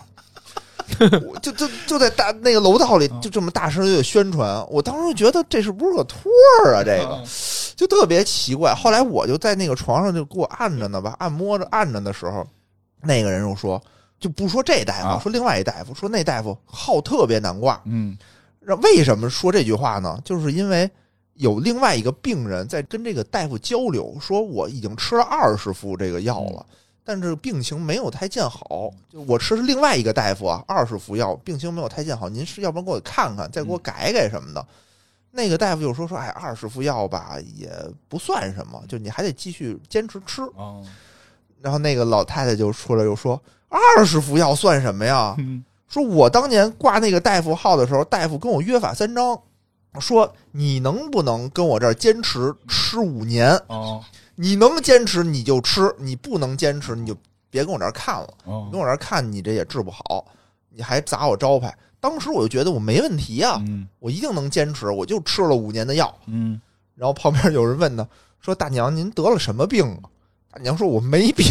就在那个楼道里，就这么大声就宣传。我当时觉得这是不是个托儿啊？这个就特别奇怪。后来我就在那个床上就给我按着呢吧，按摩着按着的时候，那个人又说，就不说这大夫，说另外一大夫，说那大夫号特别难挂。为什么说这句话呢？就是因为有另外一个病人在跟这个大夫交流，说我已经吃了20副这个药了。但是病情没有太见好，就我吃是另外一个大夫啊，20副药，病情没有太见好，您是要不然给我看看，再给我改改什么的。那个大夫就说，哎，20副药吧也不算什么，就你还得继续坚持吃。然后那个老太太就出来又说，20副药算什么呀？说我当年挂那个大夫号的时候，大夫跟我约法3章，说你能不能跟我这儿坚持吃5年？你能坚持你就吃，你不能坚持你就别跟我这儿看了。你跟我这儿看，你这也治不好，你还砸我招牌。当时我就觉得我没问题啊，我一定能坚持，我就吃了5年的药。然后旁边有人问呢，说大娘您得了什么病啊？大娘说我没病。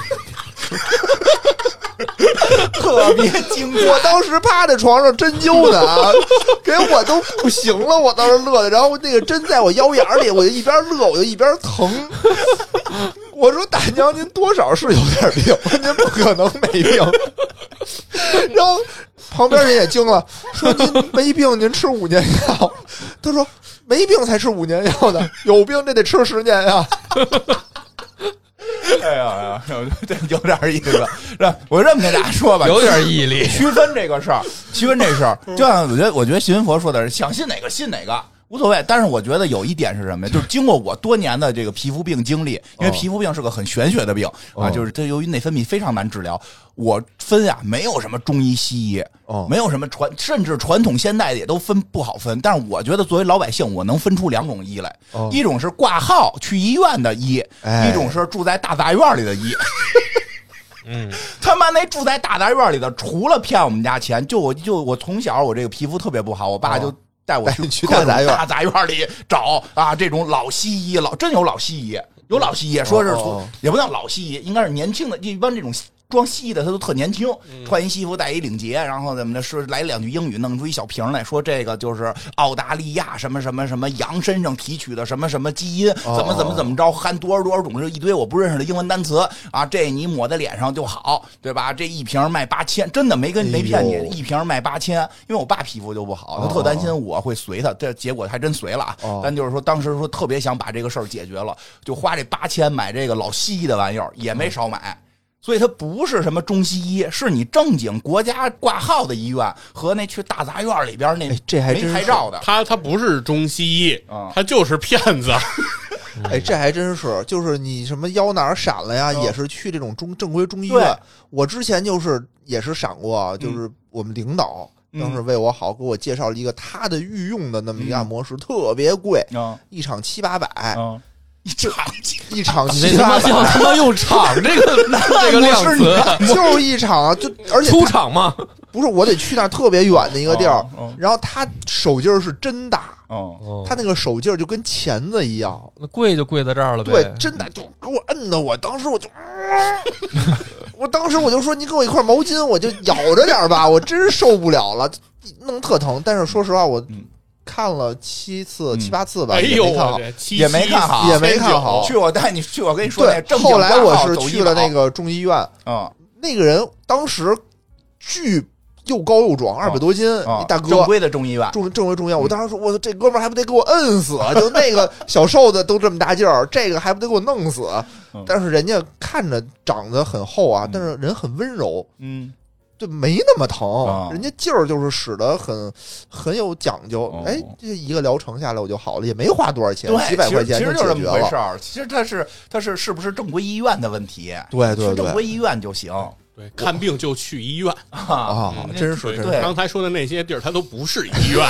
特别惊讶，我当时趴在床上针灸呢啊，给我都不行了，我当时乐的，然后那个针在我腰眼里，我就一边乐我就一边疼。我说大娘您多少是有点病，您不可能没病。然后旁边人也惊了，说您没病您吃5年药，他说没病才吃5年药呢，有病这得吃10年呀。 哎呀，这有点意思，是吧？我这么跟大家说吧， 有点毅力。 区分这个事儿，就像我觉得新闻佛说的是，想信哪个信哪个无所谓。但是我觉得有一点是什么呀？就是经过我多年的这个皮肤病经历，因为皮肤病是个很玄学的病啊，就是它由于内分泌非常难治疗。我分呀，没有什么中医西医，没有什么甚至传统现代的也都分不好分。但是我觉得作为老百姓，我能分出2种医来，一种是挂号去医院的医，一种是住在大杂院里的医。他妈那住在大杂院里的，除了骗我们家钱，就我从小我这个皮肤特别不好，我爸就带我去大杂院里找啊，这种老西医，真有老西医，有老西医，说是也不叫老西医，应该是年轻的，一般这种装西医的他都特年轻，穿一西服带一领结，然后怎么的是来2句英语，弄出一小瓶来说这个就是澳大利亚什么什么什么羊身上提取的什么什么基因，怎么着，含多少种，是一堆我不认识的英文单词啊，这你抹在脸上就好，对吧？这一瓶卖8000，真的没骗你，一瓶卖8000，因为我爸皮肤就不好，他特担心我会随他，这结果还真随了啊。但就是说当时说特别想把这个事儿解决了，就花这8000买这个老西医的玩意儿，也没少买。所以它不是什么中西医，是你正经国家挂号的医院和那去大杂院里边那这还没牌照的。 他不是中西医，他就是骗子。 哎，这还真是，就是你什么腰哪儿闪了呀，也是去这种正规中医院。我之前也是闪过，就是我们领导当时为我好，给我介绍了一个他的御用的那么一个按摩师，特别贵，一场700-800。一场你他妈用场这个量词， 就是一场就而且出场吗？ 不是，我得去那儿特别远的一个地儿，然后他手劲儿是真大，他那个手劲儿就跟钳子一样， 那贵就贵在这儿了呗。 对，真的就给我摁的，我当时我就，我当时我就说你给我一块毛巾，我就咬着点吧，我真受不了了，弄特疼。但是说实话，我。看了7次、7、8次吧，也没看好，也没看好。 去我带你去，我跟你说， 对，后来我是去了那个中医院，那个人当时巨又高又壮，200多斤，一大哥， 正规的中医院， 正规中医院。我当时说，我这哥们儿还不得给我摁死？就那个小瘦子都这么大劲儿，这个还不得给我弄死？但是人家看着长得很厚啊，但是人很温柔，就没那么疼，人家劲儿就是使得很有讲究。哎，这一个疗程下来我就好了，也没花多少钱，几百块钱就解决了。 其实就这么回事儿。其实他是不是正规医院的问题？ 对， 正规医院就行。 对，看病就去医院啊，真是。 对， 刚才说的那些地儿，它都不是医院。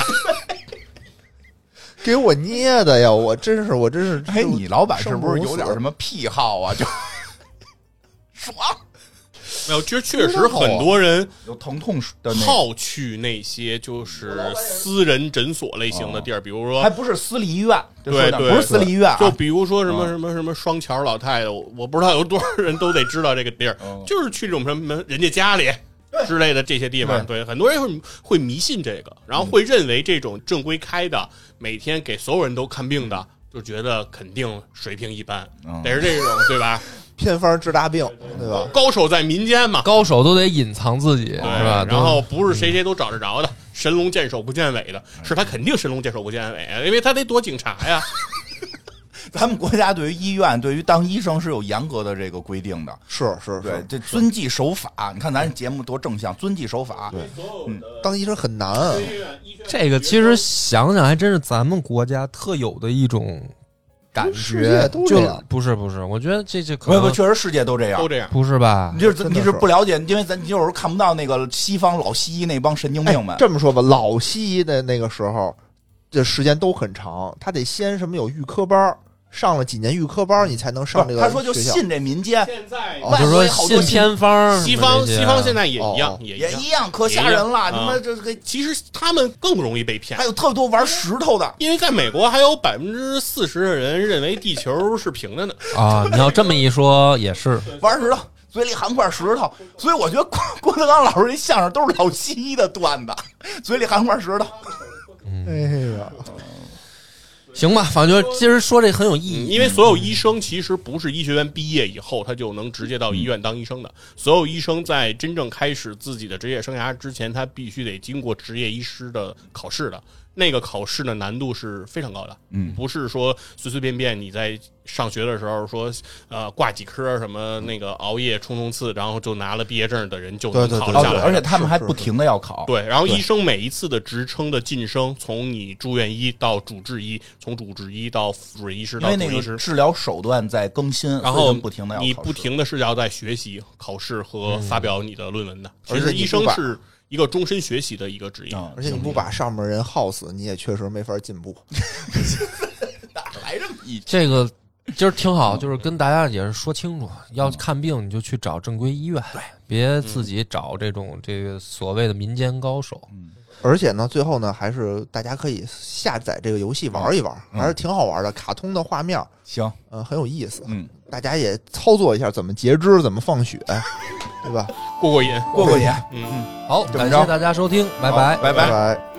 给我捏的呀！我真是。 哎，你老板是不是有点什么癖好啊？就爽。 没有，确实很多人有疼痛的好去那些就是私人诊所类型的地儿，比如说还不是私立医院， 对， 不是私立医院， 就比如说什么双桥老太太，我不知道有多少人都得知道这个地儿，就是去这种什么人家家里之类的这些地方，对，很多人会迷信这个，然后会认为这种正规开的，每天给所有人都看病的，就觉得肯定水平一般，得是这种，对吧？ 偏方治大病，对吧？ 高手在民间嘛， 高手都得隐藏自己，是吧？ 然后不是谁谁都找得着的，神龙见首不见尾的，是他肯定神龙见首不见尾，因为他得躲警察呀。 咱们国家对于医院、对于当医生是有严格的这个规定的， 是， 对，这遵纪守法。你看咱节目多正向，遵纪守法。 对，当医生很难。 这个其实想想还真是咱们国家特有的一种。感觉就不是，我觉得这可能不，确实世界都这样， 不是吧？ 你是不了解，因为咱有时候看不到那个西方老西医那帮神经病们。 这么说吧，老西医的那个时候，这时间都很长，他得先什么有预科班。上了几年预科班，你才能上这个。 他说就信这民间， 现在就是说信偏方。 西方现在也一样，也一样，可吓人了。你们这个其实他们更容易被骗。 还有特别多玩石头的， 因为在美国还有40%的人认为地球是平的呢。 啊，你要这么一说也是玩石头，嘴里含块石头。所以我觉得郭德纲老师这相声都是老西医的段子，嘴里含块石头。 哎呀。 行吧，反正今儿说这很有意义， 因为所有医生其实不是医学院毕业以后他就能直接到医院当医生的，所有医生在真正开始自己的职业生涯之前，他必须得经过执业医师的考试的。那个考试的难度是非常高的，不是说随随便便你在上学的时候说挂几科什么那个熬夜冲刺，然后就拿了毕业证的人就能考得下来。 而且他们还不停的要考。 对，然后医生每一次的职称的晋升，从你住院医到主治医，从主治医到主治医师到主治医师， 因为那个治疗手段在更新， 然后不停的你不停的是要在学习、考试和发表你的论文的。其实医生是一个终身学习的一个职业， 而且你不把上面人耗死，你也确实没法进步。 哪来这么一这个今儿挺好，就是跟大家也是说清楚，要看病你就去找正规医院，对，别自己找这个所谓的民间高手。 而且呢，最后呢，还是大家可以下载这个游戏玩一玩，还是挺好玩的，卡通的画面， 行， 很有意思。大家也操作一下怎么截肢，怎么放血，对吧？ 过瘾。 过瘾。 好，感谢大家收听，拜拜， 拜拜。